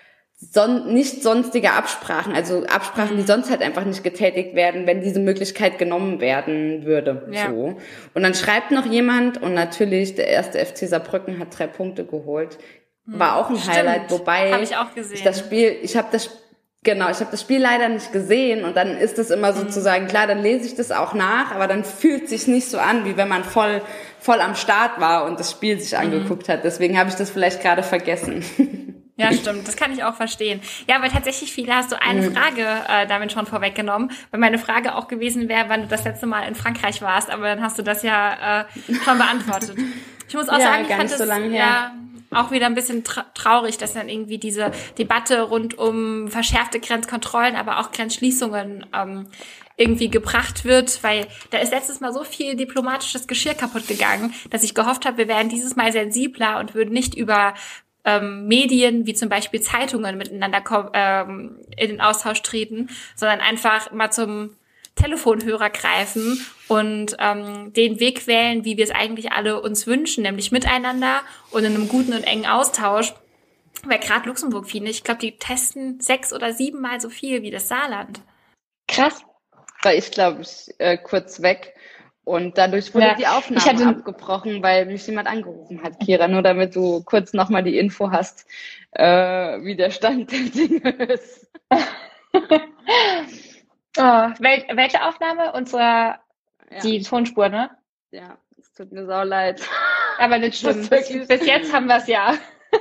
Son- nicht sonstige Absprachen, also Absprachen, die sonst halt einfach nicht getätigt werden, wenn diese Möglichkeit genommen werden würde. Ja. So. Und dann schreibt noch jemand, und natürlich der erste F C Saarbrücken hat drei Punkte geholt. War auch ein Stimmt. Highlight, wobei hab ich auch gesehen. ich das Spiel, ich habe das Genau, ich habe das Spiel leider nicht gesehen und dann ist es immer sozusagen, klar, dann lese ich das auch nach, aber dann fühlt es sich nicht so an, wie wenn man voll voll am Start war und das Spiel sich angeguckt hat. Deswegen habe ich das vielleicht gerade vergessen. Ja, stimmt. Das kann ich auch verstehen. Ja, aber tatsächlich, Fila, hast du eine Frage äh, damit schon vorweggenommen, weil meine Frage auch gewesen wäre, wann du das letzte Mal in Frankreich warst, aber dann hast du das ja äh, schon beantwortet. Ich muss auch ja, sagen, ich gar fand nicht so es lange ja auch wieder ein bisschen tra- traurig, dass dann irgendwie diese Debatte rund um verschärfte Grenzkontrollen, aber auch Grenzschließungen ähm, irgendwie gebracht wird, weil da ist letztes Mal so viel diplomatisches Geschirr kaputt gegangen, dass ich gehofft habe, wir wären dieses Mal sensibler und würden nicht über ähm, Medien wie zum Beispiel Zeitungen miteinander ko- ähm, in den Austausch treten, sondern einfach mal zum Telefonhörer greifen und ähm, den Weg wählen, wie wir es eigentlich alle uns wünschen, nämlich miteinander und in einem guten und engen Austausch. Weil gerade Luxemburg, finde ich, ich glaube, die testen sechs oder siebenmal so viel wie das Saarland. Krass. Weil ich glaube, ich äh, kurz weg und dadurch wurde ja, die Aufnahme hatte, abgebrochen, weil mich jemand angerufen hat, Kira, nur damit du kurz nochmal die Info hast, äh, wie der Stand der Dinge ist. Oh, wel welche Aufnahme? Unsere, Ja, die Tonspur, ne? ja, es tut mir sau leid. Aber nicht Das schlimm. ist Bis, wirklich- bis jetzt haben wir es ja.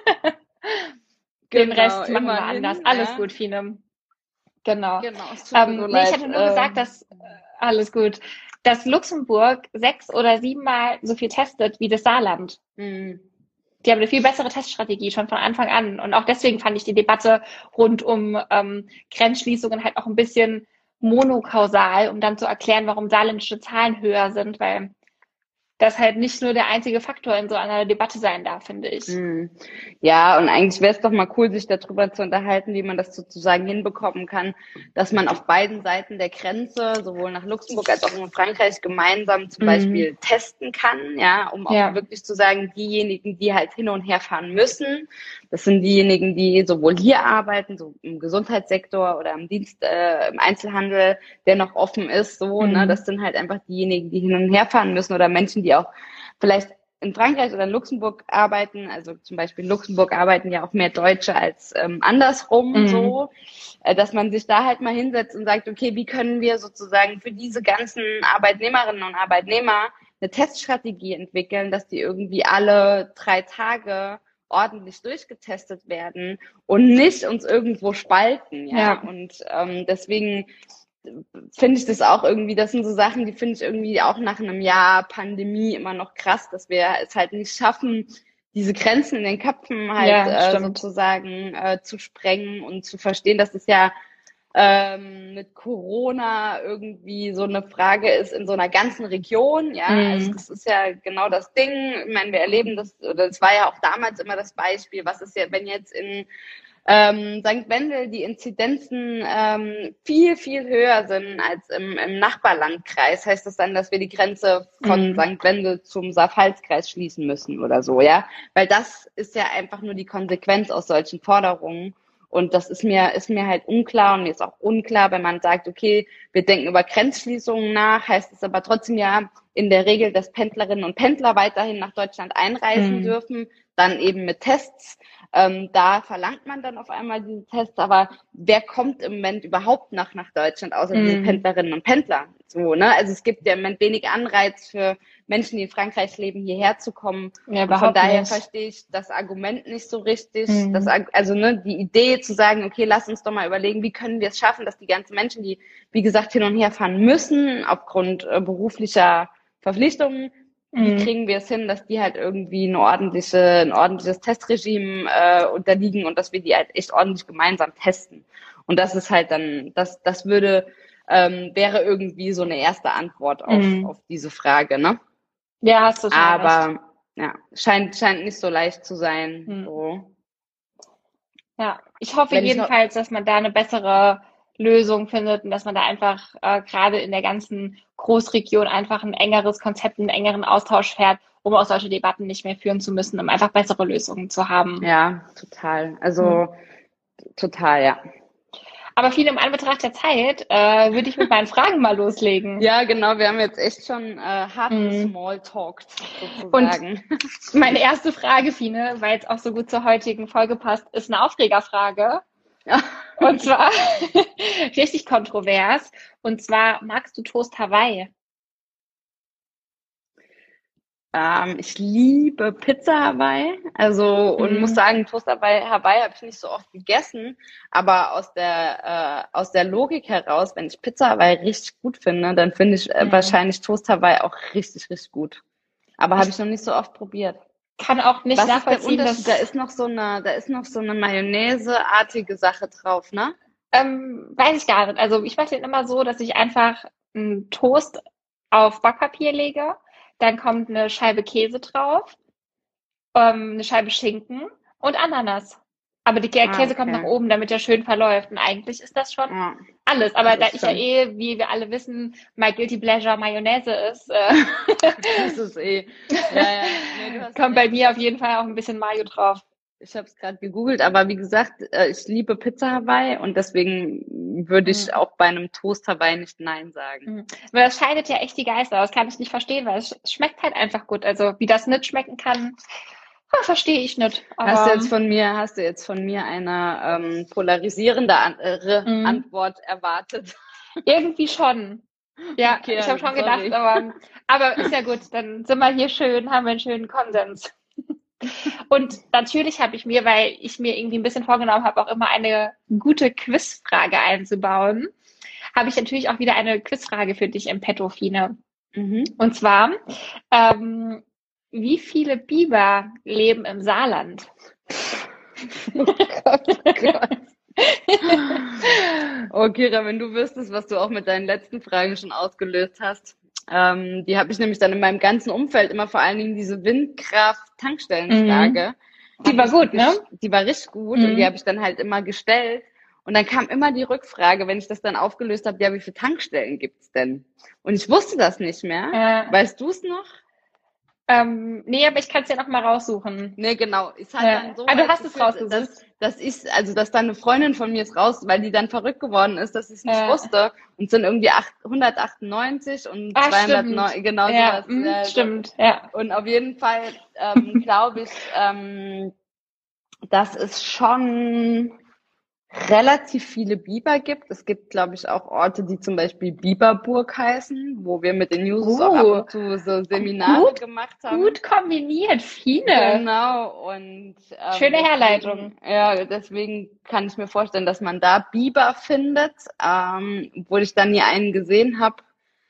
Den Genau, Rest machen wir immerhin, anders. Alles ja. gut, Fine. Genau. Genau, es tut mir Ähm, so nee, leid. ich hatte nur ähm, gesagt, dass, äh, alles gut, dass Luxemburg sechs oder siebenmal so viel testet wie das Saarland. mh. Die haben eine viel bessere Teststrategie schon von Anfang an. Und auch deswegen fand ich die Debatte rund um ähm, Grenzschließungen halt auch ein bisschen monokausal, um dann zu erklären, warum saarländische Zahlen höher sind, weil das halt nicht nur der einzige Faktor in so einer Debatte sein darf, finde ich. Hm. Ja, und eigentlich wäre es doch mal cool, sich darüber zu unterhalten, wie man das sozusagen hinbekommen kann, dass man auf beiden Seiten der Grenze, sowohl nach Luxemburg als auch in Frankreich, gemeinsam zum Mhm. Beispiel testen kann, ja, um auch Ja. wirklich zu sagen, diejenigen, die halt hin und her fahren müssen, das sind diejenigen, die sowohl hier arbeiten, so im Gesundheitssektor oder im Dienst, äh, im Einzelhandel, der noch offen ist, so, Mhm. ne, das sind halt einfach diejenigen, die hin und her fahren müssen oder Menschen, die auch vielleicht in Frankreich oder in Luxemburg arbeiten, also zum Beispiel in Luxemburg arbeiten ja auch mehr Deutsche als ähm, andersrum, Mhm. so, äh, dass man sich da halt mal hinsetzt und sagt, okay, wie können wir sozusagen für diese ganzen Arbeitnehmerinnen und Arbeitnehmer eine Teststrategie entwickeln, dass die irgendwie alle drei Tage ordentlich durchgetestet werden und nicht uns irgendwo spalten, ja, Ja. und ähm, deswegen finde ich das auch irgendwie, das sind so Sachen, die finde ich irgendwie auch nach einem Jahr Pandemie immer noch krass, dass wir es halt nicht schaffen, diese Grenzen in den Köpfen halt Ja, äh, stimmt. sozusagen äh, zu sprengen und zu verstehen, dass es ja ähm, mit Corona irgendwie so eine Frage ist in so einer ganzen Region, ja, Mhm. also das ist ja genau das Ding, ich meine, wir erleben das, oder das war ja auch damals immer das Beispiel, was ist ja, wenn jetzt in ähm, Sankt Wendel die Inzidenzen ähm, viel, viel höher sind als im, im Nachbarlandkreis, heißt das dann, dass wir die Grenze von Mhm. Sankt Wendel zum Saarpfalzkreis schließen müssen oder so, ja? Weil das ist ja einfach nur die Konsequenz aus solchen Forderungen. Und das ist mir, ist mir halt unklar und mir ist auch unklar, wenn man sagt, okay, wir denken über Grenzschließungen nach, heißt es aber trotzdem ja in der Regel, dass Pendlerinnen und Pendler weiterhin nach Deutschland einreisen Mhm. dürfen, dann eben mit Tests. Ähm, da verlangt man dann auf einmal diese Tests, aber wer kommt im Moment überhaupt nach, nach Deutschland, außer diese Mhm. Pendlerinnen und Pendler? So, ne? Also es gibt ja im Moment wenig Anreiz für Menschen, die in Frankreich leben, hierher zu kommen. Ja, Und von überhaupt daher nicht. verstehe ich das Argument nicht so richtig. Mhm. Das, Arg- also ne, die Idee zu sagen, okay, lass uns doch mal überlegen, wie können wir es schaffen, dass die ganzen Menschen, die, wie gesagt, hin und her fahren müssen, aufgrund äh, beruflicher Verpflichtungen, wie Mhm. kriegen wir es hin, dass die halt irgendwie eine ordentliche, ein ordentliches Testregime äh, unterliegen und dass wir die halt echt ordentlich gemeinsam testen. Und das ist halt dann, das, das würde, ähm, wäre irgendwie so eine erste Antwort auf, Mhm. auf diese Frage, ne? Ja, hast total recht. Aber ja, scheint, scheint nicht so leicht zu sein. Mhm. So. Ja, ich hoffe Wenn ich noch, jedenfalls, dass man da eine bessere Lösung findet und dass man da einfach äh, gerade in der ganzen Großregion einfach ein engeres Konzept, einen engeren Austausch fährt, um auch solche Debatten nicht mehr führen zu müssen, um einfach bessere Lösungen zu haben. ja, total. Also Mhm. total, ja. Aber viel im Anbetracht der Zeit äh, würde ich mit meinen Fragen mal loslegen. Ja, genau, wir haben jetzt echt schon äh, hart Mhm. gesmalltalkt, sozusagen. Meine erste Frage, Fine, weil es auch so gut zur heutigen Folge passt, ist eine Aufregerfrage. Ja. Und zwar richtig kontrovers. Und zwar, magst du Toast Hawaii? Ähm, ich liebe Pizza Hawaii, also und Mhm. muss sagen, Toast Hawaii, Hawaii habe ich nicht so oft gegessen, aber aus der äh, aus der Logik heraus, wenn ich Pizza Hawaii richtig gut finde, dann finde ich äh, Mhm. wahrscheinlich Toast Hawaii auch richtig, richtig gut. Aber habe ich noch nicht so oft probiert. Kann auch nicht Was ist der nachvollziehen, Unterschied? Da dass ist noch so eine, da ist noch so eine Mayonnaise-artige Sache drauf, ne? ähm, weiß ich gar nicht. Also ich mache den immer so, dass ich einfach einen Toast auf Backpapier lege, dann kommt eine Scheibe Käse drauf, ähm, eine Scheibe Schinken und Ananas. Aber die, der Ah, Käse kommt nach okay. oben, damit er schön verläuft. Und eigentlich ist das schon Ja, alles. Aber das da ist ich ja schon, eh, wie wir alle wissen, my guilty pleasure Mayonnaise ist, äh, das ist eh, ja, ja, nee, du hast kommt bei recht. mir auf jeden Fall auch ein bisschen Mayo drauf. Ich habe es gerade gegoogelt, aber wie gesagt, äh, ich liebe Pizza Hawaii und deswegen würde ich Mhm. auch bei einem Toast Hawaii nicht Nein sagen. Mhm. Aber das scheidet ja echt die Geister aus. Kann ich nicht verstehen, weil es schmeckt halt einfach gut. Also wie das nicht schmecken kann, ah, verstehe ich nicht. Hast du Aber jetzt von mir, hast du jetzt von mir eine ähm, polarisierende An äh, mhm. Antwort erwartet? Irgendwie schon. Ja, Okay, ich habe schon sorry. gedacht, aber, aber ist ja gut, dann sind wir hier schön, haben wir einen schönen Konsens. Und natürlich habe ich mir, weil ich mir irgendwie ein bisschen vorgenommen habe, auch immer eine gute Quizfrage einzubauen, habe ich natürlich auch wieder eine Quizfrage für dich im Petto, Fine. Mhm. Und zwar, ähm, wie viele Biber leben im Saarland? Oh Gott, oh Gott. Oh, Kira, wenn du wüsstest, was du auch mit deinen letzten Fragen schon ausgelöst hast. Ähm, die habe ich nämlich dann in meinem ganzen Umfeld immer vor allen Dingen diese Mhm. Windkraft-Tankstellenfrage. Die hab war ich gut, ne? ges- Die war richtig gut und die habe Mhm. ich dann halt immer gestellt. Und dann kam immer die Rückfrage, wenn ich das dann aufgelöst habe, ja, wie viele Tankstellen gibt's denn? Und ich wusste das nicht mehr. Äh, Weißt du es noch? ähm, nee, aber ich kann es ja noch mal raussuchen. Nee, genau. Es hat Ja. dann so Ah, du weit hast es geführt, dass, rausgesucht. dass ich, also dass dann eine Freundin von mir ist raus, weil die dann verrückt geworden ist, dass ich es nicht Äh, wusste. Und es sind irgendwie acht- hundertachtundneunzig und ah, stimmt. zweihundertneun, genau Ja, sowas. mhm, Ja, so. stimmt. Ja. Und auf jeden Fall ähm, glaube ich, ähm, dass es schon relativ viele Biber gibt. Es gibt, glaube ich, auch Orte, die zum Beispiel Biberburg heißen, wo wir mit den Jusos auch ab Uh, und zu so Seminare gut, gemacht haben. gut kombiniert. Fine. Genau, und ähm, Schöne deswegen, Herleitung. ja, deswegen kann ich mir vorstellen, dass man da Biber findet, ähm, obwohl ich da nie einen gesehen habe.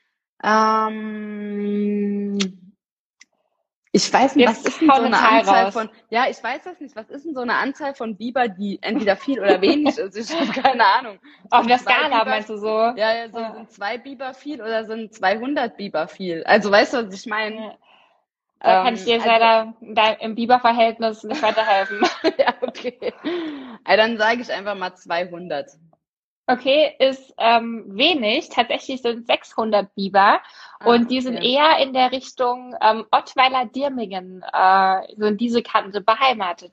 Ähm, ich weiß nicht, was Jetzt ist denn hau so eine eine Zahl Anzahl raus. von, ja, ich weiß das nicht, was ist denn so eine Anzahl von Biber, die entweder viel oder wenig ist? Ich habe keine Ahnung. Auf Sind der zwei Skala Biber, meinst du so? ja, ja, so Ja. sind zwei Biber viel oder sind zweihundert Biber viel? Also weißt du, was ich meine? Ja. Da kann ich Ähm, dir jetzt also leider in deinem- im Biber-Verhältnis nicht weiterhelfen. ja, okay. Also dann sage ich einfach mal zweihundert. Okay, ist ähm, wenig. Tatsächlich sind sechshundert Biber Ah, und die sind okay. eher in der Richtung ähm, Ottweiler-Dirmingen, äh, so in diese Kante beheimatet.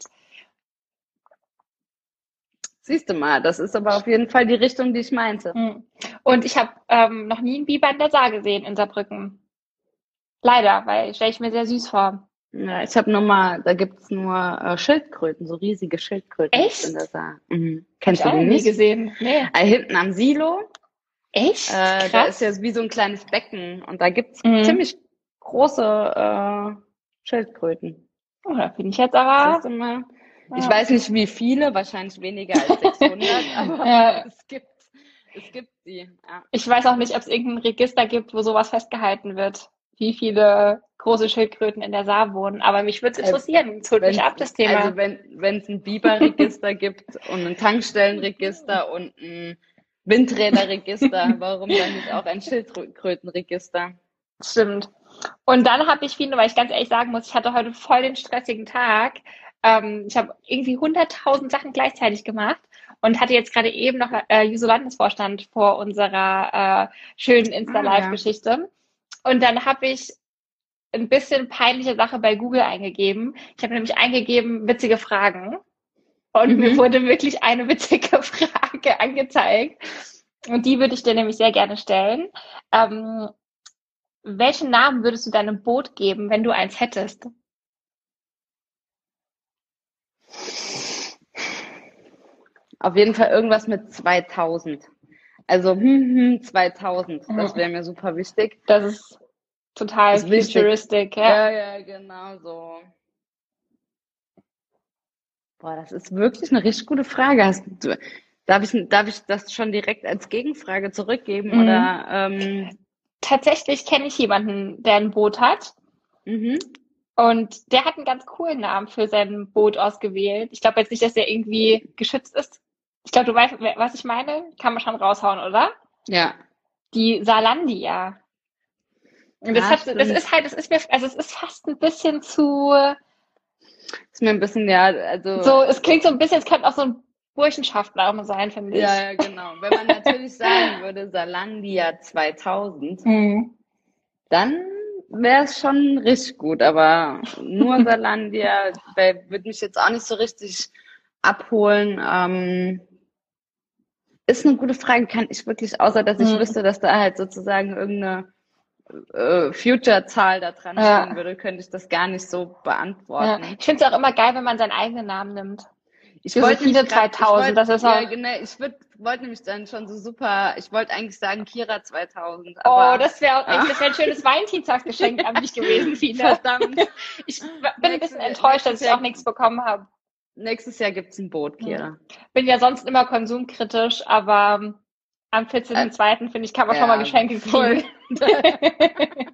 Siehst du mal, das ist aber auf jeden Fall die Richtung, die ich meinte. Hm. Und ich habe ähm, noch nie einen Biber in der Saar gesehen in Saarbrücken. Leider, weil stelle ich mir sehr süß vor. Ja, ich habe nur mal, da gibt's nur äh, Schildkröten, so riesige Schildkröten gibt's in der Echt? Saar. Mhm. Habe ich Kennst du auch die noch nie nicht? gesehen. Nee. Äh, hinten am Silo, Echt? äh, da ist ja Krass. wie so ein kleines Becken und da gibt's Mhm. ziemlich große äh, Schildkröten. Oh, da bin ich jetzt aber. Siehst du mal? Ich Ja. weiß nicht, wie viele, wahrscheinlich weniger als sechshundert, aber Ja. es gibt, es gibt sie. Ja. Ich weiß auch nicht, ob es irgendein Register gibt, wo sowas festgehalten wird, wie viele große Schildkröten in der Saar wohnen. Aber mich würde es Äh, interessieren. Es holt mich wenn's, ab, das also Thema. wenn wenn es ein Biberregister gibt und ein Tankstellenregister und ein Windräderregister, warum dann nicht auch ein Schildkrötenregister? Stimmt. Und dann habe ich viele, weil ich ganz ehrlich sagen muss, ich hatte heute voll den stressigen Tag. Ähm, ich habe irgendwie hunderttausend Sachen gleichzeitig gemacht und hatte jetzt gerade eben noch äh, Juso Landesvorstand vor unserer äh, schönen Ah ja. Insta-Live-Geschichte. Und dann habe ich ein bisschen peinliche Sache bei Google eingegeben. Ich habe nämlich eingegeben, witzige Fragen. Und mir Mhm. wurde wirklich eine witzige Frage angezeigt. Und die würde ich dir nämlich sehr gerne stellen. Ähm, welchen Namen würdest du deinem Boot geben, wenn du eins hättest? Auf jeden Fall irgendwas mit zweitausend. Also hm, hm, zweitausend, das wäre mir super wichtig. Das ist total Ist wichtig. futuristic, ja. Ja, ja, genau so. Boah, das ist wirklich eine richtig gute Frage. Hast du, darf ich, darf ich das schon direkt als Gegenfrage zurückgeben Mhm. oder? Ähm, Tatsächlich kenne ich jemanden, der ein Boot hat. mhm. Und der hat einen ganz coolen Namen für sein Boot ausgewählt. Ich glaube jetzt nicht, dass der irgendwie geschützt ist. Ich glaube, du weißt, was ich meine. Kann man schon raushauen, oder? Ja. Die Saarlandia. Und das Ah, hat, das stimmt. ist halt, das ist mir, also es ist fast ein bisschen zu, Ist mir ein bisschen, ja, also. so, es klingt so ein bisschen, es könnte auch so ein Burschenschaftler sein, finde ich. Ja, ja, genau. Wenn man natürlich sagen würde, Saarlandia zweitausend, Mhm. dann wäre es schon richtig gut, aber nur Saarlandia würde mich jetzt auch nicht so richtig abholen. Ähm, ist eine gute Frage, kann ich wirklich, außer dass ich Mhm. wüsste, dass da halt sozusagen irgendeine äh, Future-Zahl da dran Ja. stehen würde, könnte ich das gar nicht so Ja. beantworten. Ich finde es auch immer geil, wenn man seinen eigenen Namen nimmt. Ich Diese wollte viele nämlich grad, ich zweitausend, wollte, das ist ja, auch, genau, ich würd, wollte nämlich dann schon so super, ich wollte eigentlich sagen Kira zweitausend, oh, aber das wäre auch ah, echt, das wäre ein schönes Valentinstagsgeschenk an mich gewesen, Fine. verdammt, Ich bin ein bisschen nächstes, enttäuscht, dass nächstes ich Jahr, auch nichts bekommen habe. nächstes Jahr gibt's ein Boot, Hm. Kira. Bin ja sonst immer konsumkritisch, aber ähm, am Äh, vierzehnten zweiten finde ich, kann man schon mal ja, Geschenke voll. kriegen.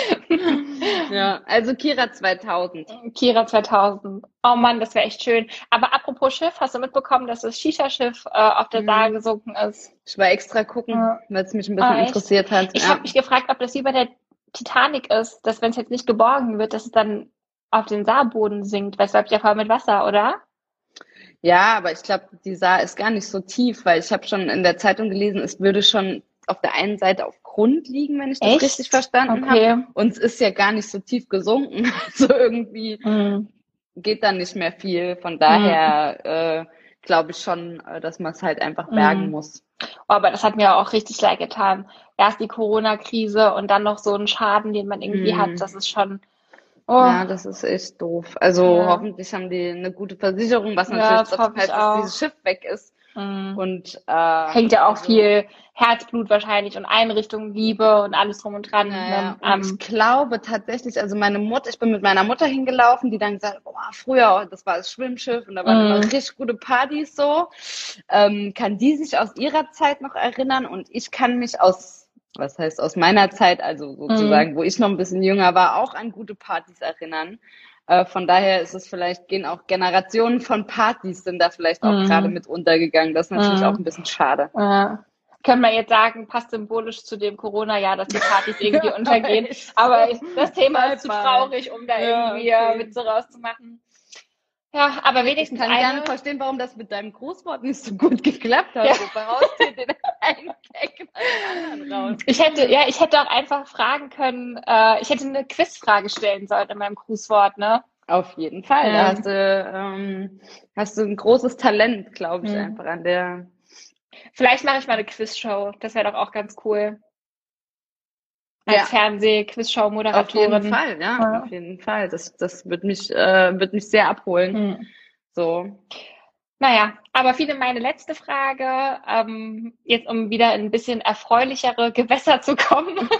Ja, also Kira zweitausend. Kira zweitausend. Oh Mann, das wäre echt schön. Aber apropos Schiff, hast du mitbekommen, dass das Shisha-Schiff äh, auf der Saar Mhm. gesunken ist? Ich war extra gucken, Ja. weil es mich ein bisschen Ah, echt? interessiert hat. Ich Ja. habe mich gefragt, ob das wie bei der Titanic ist, dass wenn es jetzt nicht geborgen wird, dass es dann auf den Saarboden sinkt, weil es läuft ja voll mit Wasser, oder? Ja, aber ich glaube, die Saar ist gar nicht so tief, weil ich habe schon in der Zeitung gelesen, es würde schon auf der einen Seite auf Grund liegen, wenn ich das Echt? richtig verstanden habe. Okay. Und es ist ja gar nicht so tief gesunken. Also irgendwie Hm. geht da nicht mehr viel. Von Hm. daher äh, glaube ich schon, äh, dass man es halt einfach bergen Hm. muss. Oh, aber das hat mir auch richtig leid getan. Erst die Corona-Krise und dann noch so ein Schaden, den man irgendwie hat. Hm. Das ist schon, oh, Ja, das ist echt doof. Also ja, hoffentlich haben die eine gute Versicherung, was ja, natürlich das trotzdem hoffe ich heißt, dass dieses auch. Schiff weg ist. Hm. Und äh, Hängt ja auch also viel Herzblut wahrscheinlich und Einrichtung, Liebe und alles drum und dran. naja, Ne? und ich Ähm, glaube tatsächlich, also meine Mutter, ich bin mit meiner Mutter hingelaufen, die dann gesagt hat, oh, früher, das war das Schwimmschiff und da waren immer mm, richtig gute Partys so. Ähm, kann die sich aus ihrer Zeit noch erinnern und ich kann mich aus, was heißt aus meiner Zeit, also mm, sozusagen, wo ich noch ein bisschen jünger war, auch an gute Partys erinnern. Äh, von daher ist es vielleicht, gehen auch Generationen von Partys sind da vielleicht auch gerade mm, mit untergegangen. Das ist natürlich auch mm. ein bisschen schade. Ja. Können wir jetzt sagen, passt symbolisch zu dem Corona-Jahr, dass die Partys irgendwie untergehen. Echt Aber so. ich, das Thema Bye, ist zu bye. traurig, um da Ja, irgendwie äh, okay. Witze rauszumachen. Ja, aber Ich wenigstens kann gerne eine. verstehen, warum das mit deinem Grußwort nicht so gut geklappt hat. Ja. Du verhaust dir den einen Gag nach dem anderen raus. Ich hätte, ja, ich hätte auch einfach fragen können, äh, ich hätte eine Quizfrage stellen sollen in meinem Grußwort, ne? Auf jeden Fall. Da Ähm, hast du, ähm, hast du ein großes Talent, glaube ich, hm. einfach an der. Vielleicht mache ich mal eine Quizshow. Das wäre doch auch ganz cool. Als Ja, auf jeden Fernseh-Quizshow-Moderatorin. Fall, ja, Ja. auf jeden Fall. Das, das wird mich, äh, wird mich sehr abholen. Hm. So. Naja, aber viele meine letzte Frage, ähm, jetzt um wieder in ein bisschen erfreulichere Gewässer zu kommen.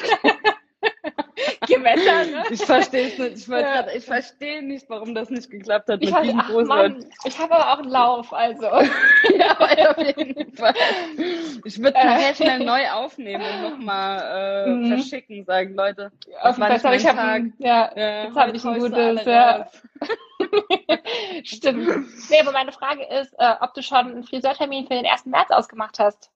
Gewässer, ne? Ich verstehe es nicht. Ich, wollte Ja. grad, ich verstehe nicht, warum das nicht geklappt hat Ich mit weiß, diesem ach Großwort. Mann, ich habe aber auch einen Lauf, also. Ja, auf jeden Fall. Ich würde Äh. nachher schnell neu aufnehmen und nochmal äh, Mhm. verschicken, sagen, Leute, Auf das war nicht besser, mein ich habe Tag. ein, ja, Ja, jetzt habe heute ich ein haust du gutes, alle ja. raus. Stimmt. Nee, aber meine Frage ist, äh, ob du schon einen Friseurtermin für den ersten März ausgemacht hast.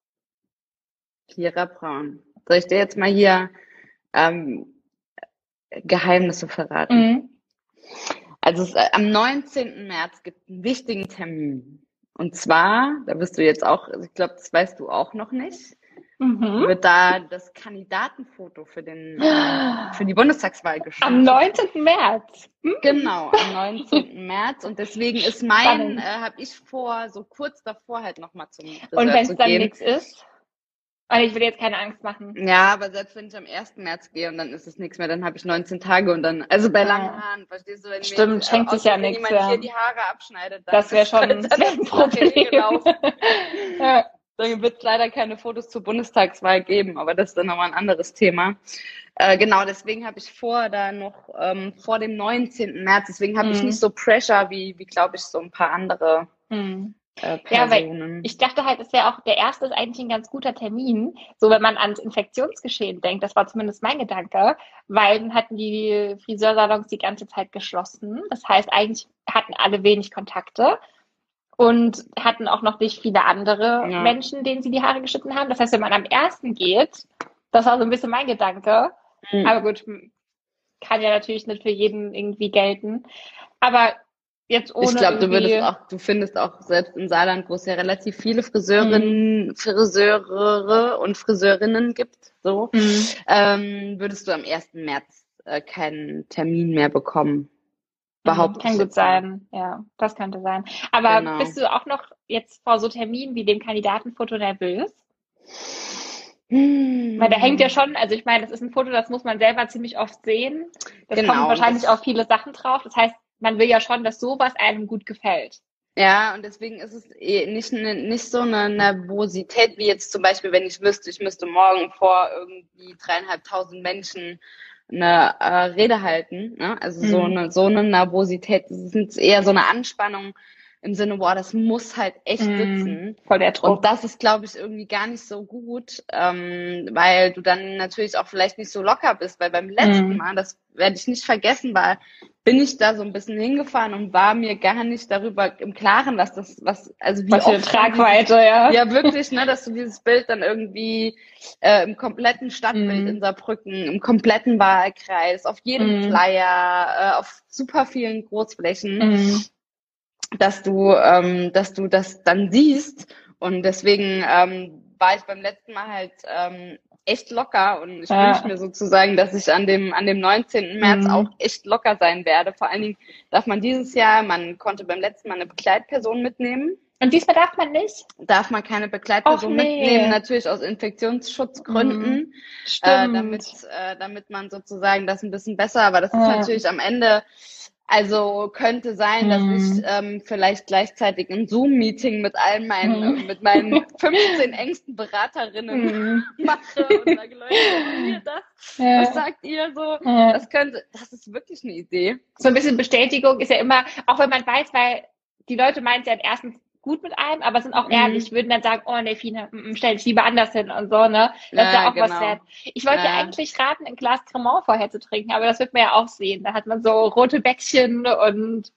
Kira Braun. Soll ich dir jetzt mal hier ähm, Geheimnisse verraten? Mhm. Also es, äh, am neunzehnten März gibt es einen wichtigen Termin. Und zwar, da bist du jetzt auch, also ich glaube, das weißt du auch noch nicht, Mhm. wird da das Kandidatenfoto für den äh, für die Bundestagswahl Am gestartet. neunzehnten März. Hm? Genau, am neunzehnten März. Und deswegen ist mein, Spannend. äh, habe ich vor, so kurz davor halt nochmal zum Und Friseur wenn zu es dann gehen. nichts ist? Also ich will jetzt keine Angst machen. Ja, aber selbst wenn ich am ersten März gehe und dann ist es nichts mehr, dann habe ich neunzehn Tage und dann, also bei langen Ja. Haaren, verstehst du, wenn Stimmt, mir jetzt, schenkt äh, sich ja außerdem nichts, jemand ja. hier die Haare abschneidet, dann Das wäre ist schon dann das wär ein ist es nachher eh gelaufen. Problem. Ja. Dann wird es leider keine Fotos zur Bundestagswahl geben, aber das ist dann nochmal ein anderes Thema. Äh, genau, deswegen habe ich vor, da noch ähm, vor dem neunzehnten März, deswegen habe ich Mhm. nicht so Pressure wie, wie glaube ich, so ein paar andere Hm. äh, Ja, weil Personen. ich dachte halt, es wäre auch, der erste ist eigentlich ein ganz guter Termin, so wenn man ans Infektionsgeschehen denkt, das war zumindest mein Gedanke, weil dann hatten die Friseursalons die ganze Zeit geschlossen. Das heißt, eigentlich hatten alle wenig Kontakte und hatten auch noch nicht viele andere Ja. Menschen, denen sie die Haare geschnitten haben. Das heißt, wenn man am ersten geht, das war so ein bisschen mein Gedanke, Mhm. aber gut, kann ja natürlich nicht für jeden irgendwie gelten. Aber jetzt ohne Ich glaube, du irgendwie, würdest auch, du findest auch selbst im Saarland, wo es ja relativ viele Friseurinnen, Friseure und Friseurinnen gibt, so, Mhm. ähm, würdest du am ersten März äh, keinen Termin mehr bekommen. Mhm, Behaupte kann ich gut jetzt mal. sein. Ja, das könnte sein. Aber Genau. bist du auch noch jetzt vor so Terminen wie dem Kandidatenfoto nervös? Hm. Weil da hängt ja schon, also ich meine, das ist ein Foto, das muss man selber ziemlich oft sehen. Das Genau, kommen wahrscheinlich das- auch viele Sachen drauf. Das heißt, man will ja schon, dass sowas einem gut gefällt. Ja, und deswegen ist es eh nicht, ne, nicht so eine Nervosität wie jetzt zum Beispiel, wenn ich wüsste, ich müsste morgen vor irgendwie dreieinhalbtausend Menschen eine äh, Rede halten. Ne? Also so Mhm. eine, so eine Nervosität, das ist eher so eine Anspannung im Sinne, boah, das muss halt echt Mhm. sitzen. Voll der Und Druck. das ist, glaube ich, irgendwie gar nicht so gut, ähm, weil du dann natürlich auch vielleicht nicht so locker bist, weil beim letzten Mhm. Mal, das werde ich nicht vergessen, war, bin ich da so ein bisschen hingefahren und war mir gar nicht darüber im Klaren, was das, was, also wie Was für eine oft man dieses, Tragweite, ja. ja wirklich, ne, dass du dieses Bild dann irgendwie äh, im kompletten Stadtbild in Mhm. Saarbrücken, im kompletten Wahlkreis, auf jedem Mhm. Flyer, äh, auf super vielen Großflächen, Mhm. dass du, ähm, dass du das dann siehst. Und deswegen ähm, war ich beim letzten Mal halt ähm, echt locker und ich wünsche Ja. mir sozusagen, dass ich an dem an dem neunzehnten März auch Mhm. echt locker sein werde. Vor allen Dingen darf man dieses Jahr, man konnte beim letzten Mal eine Begleitperson mitnehmen, Und diesmal darf man nicht? darf man keine Och Begleitperson mitnehmen, nee. natürlich aus Mhm. Infektionsschutzgründen, äh, damit Stimmt. äh, damit man sozusagen das ein bisschen besser, aber das ist Ja. natürlich am Ende, also könnte sein, dass ich Mhm. ähm, vielleicht gleichzeitig ein Zoom-Meeting mit all meinen, Mhm. mit meinen fünfzehn engsten Beraterinnen Mhm. mache und sage, Leute, so, hier das, was Ja. sagt ihr so? Ja. Das könnte, das ist wirklich eine Idee. So ein bisschen Bestätigung ist ja immer, auch wenn man weiß, weil die Leute meinen es ja erstens gut mit einem, aber sind auch ehrlich, Mhm. würden dann sagen, oh nee, Fine, mm, mm, stell dich lieber anders hin und so, ne? Das ist Ja, ja auch was genau. wert. Ich wollte ja Ja. eigentlich raten, ein Glas Cremant vorher zu trinken, aber das wird man ja auch sehen. Da hat man so rote Bäckchen und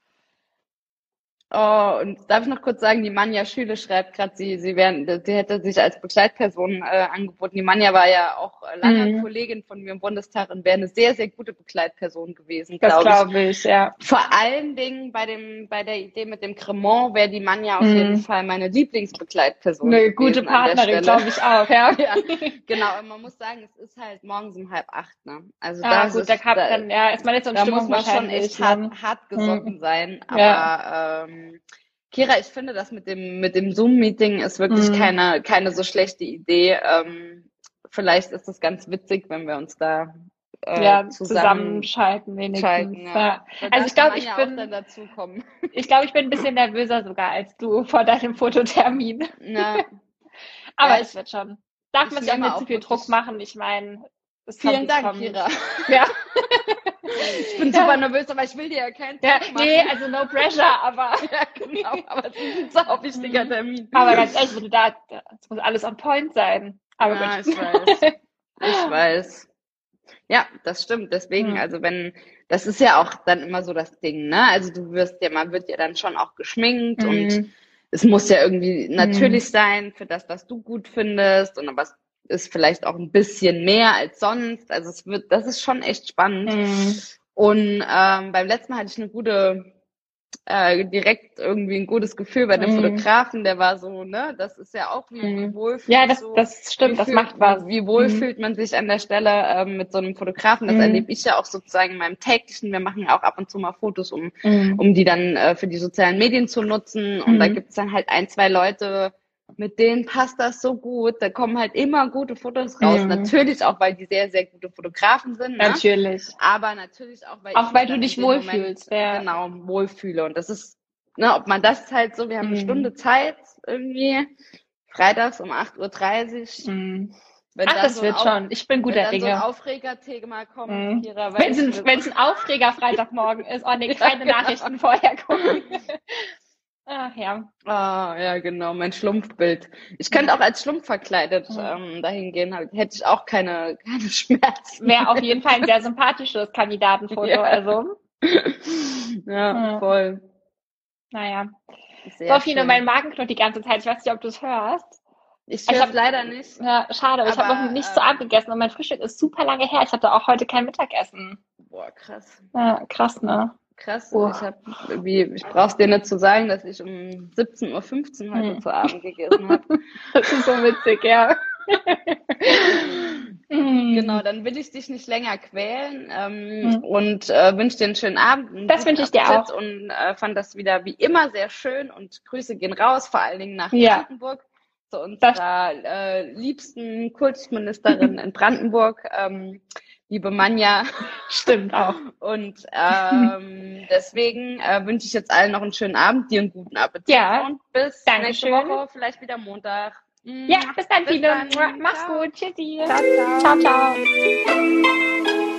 Oh, und darf ich noch kurz sagen, die Manja Schüle schreibt gerade, sie, sie wären, sie hätte sich als Begleitperson äh, angeboten. Die Manja war ja auch äh, lange mm, Kollegin von mir im Bundestag und wäre eine sehr, sehr gute Begleitperson gewesen, das glaube ich. glaube ich, ja. Vor allen Dingen bei dem, bei der Idee mit dem Cremant wäre die Manja auf jeden Mm. Fall meine Lieblingsbegleitperson Eine gewesen gute an der Partnerin, Stelle. glaube ich auch, ja. Ja, genau. Und man muss sagen, es ist halt morgens um halb acht, ne? Also Ah, das gut, da ist, kann da, dann, ja, ist man jetzt so in da muss Stimmung man schon wahrscheinlich, echt hart, ne? hart gesotten Mm. sein. Ja. Aber ähm, Kira, ich finde, das mit dem mit dem Zoom-Meeting ist wirklich Mm. keine keine so schlechte Idee. Ähm, vielleicht ist es ganz witzig, wenn wir uns da äh, Ja, zusammen zusammenschalten wenigstens. schalten. Ja. Ja. Da Also darf ich die glaube, ich Manja auch dann bin, dazukommen. ich glaube, ich bin ein bisschen nervöser sogar als du vor deinem Fototermin. Ja, Aber ja, das ich, wird schon. Darf ich man sich auch nehme nicht zu auch viel Druck wirklich. machen. Ich meine, es kommt, Vielen es Dank, kommt. Kira. Ja. Ich bin super nervös, aber ich will dir ja keinen Ja, Druck machen. nee, also no pressure, aber. Ja, genau, aber es ist ein sau wichtiger Termin. Aber ganz ehrlich, wenn du da, es muss alles on point sein. Aber Ja, gut. ich weiß. Ich weiß. Ja, das stimmt. Deswegen, Hm. also wenn, das ist ja auch dann immer so das Ding, ne? Also du wirst ja, man wird ja dann schon auch geschminkt und Hm. es muss ja irgendwie Hm. natürlich sein für das, was du gut findest und aber es ist vielleicht auch ein bisschen mehr als sonst. Also es wird, das ist schon echt spannend. Hm. Und ähm, beim letzten Mal hatte ich eine gute, äh, direkt irgendwie ein gutes Gefühl bei dem Hm. Fotografen, der war so, ne, das ist ja auch wie, wie Hm. wohl Ja, fühlst das, du, das wie, stimmt, das fühl, macht was. wie, wie wohl Hm. fühlt man sich an der Stelle ähm, mit so einem Fotografen. Das Hm. erlebe ich ja auch sozusagen in meinem täglichen. Wir machen ja auch ab und zu mal Fotos, um, Hm. um die dann äh, für die sozialen Medien zu nutzen. Und da Hm. gibt's dann halt ein, zwei Leute, mit denen passt das so gut. Da kommen halt immer gute Fotos raus. Hm. Natürlich auch, weil die sehr, sehr gute Fotografen sind. Ne? Natürlich. Aber natürlich auch, weil Auch ich weil mich du dann dich in dem Moment wohlfühlst, ja. genau wohlfühle. Und das ist, ne, ob man das halt so, wir haben eine Hm. Stunde Zeit irgendwie, freitags um acht Uhr dreißig. Hm. Wenn Ach, dann das so ein wird Auf, schon. Ich bin wenn guter dann so ein Dinge. Aufregerthema kommt, Hm. Kira, Wenn weißt es du, wenn es ein Aufreger Freitagmorgen ist, oh nee, keine genau. Nachrichten vorher gucken. Ach ja. Ah, ja, genau, mein Schlumpfbild. Ich könnte auch als Schlumpf verkleidet Hm. ähm, dahin gehen, halt, hätte ich auch keine, keine Schmerzen. Wäre auf jeden Fall ein sehr sympathisches Kandidatenfoto. Ja. Also, Ja, Hm. voll. naja. Sehr Sophie, nur schön. mein Magen knurrt die ganze Zeit. Ich weiß nicht, ob du es hörst. Ich Ich höre es habe leider nicht. Ja, schade, aber ich habe Aber, noch nicht zu ähm, Abend gegessen und mein Frühstück ist super lange her. Ich hatte auch heute kein Mittagessen. Boah, krass. Ja, krass, ne? Krass. Oh. Ich habe irgendwie, ich brauch's dir nicht zu sagen, dass ich um siebzehn Uhr fünfzehn heute Hm. zu Abend gegessen habe. Das ist so witzig, ja. Genau, dann will ich dich nicht länger quälen ähm, Hm. und äh, wünsche dir einen schönen Abend. Einen Das guten wünsche ich dir Appetit auch. und äh, fand das wieder wie immer sehr schön und Grüße gehen raus, vor allen Dingen nach Ja. Brandenburg, zu unserer äh, liebsten Kultusministerin in Brandenburg. Ähm, liebe Manja. Stimmt auch. Und ähm, deswegen äh, wünsche ich jetzt allen noch einen schönen Abend, dir einen guten Appetit Ja, und bis Dankeschön. nächste Woche, vielleicht wieder Montag. Ja, bis dann, bis Tine. dann. Mach's Ciao. gut. Tschüssi. Ciao, ciao. Ciao, ciao.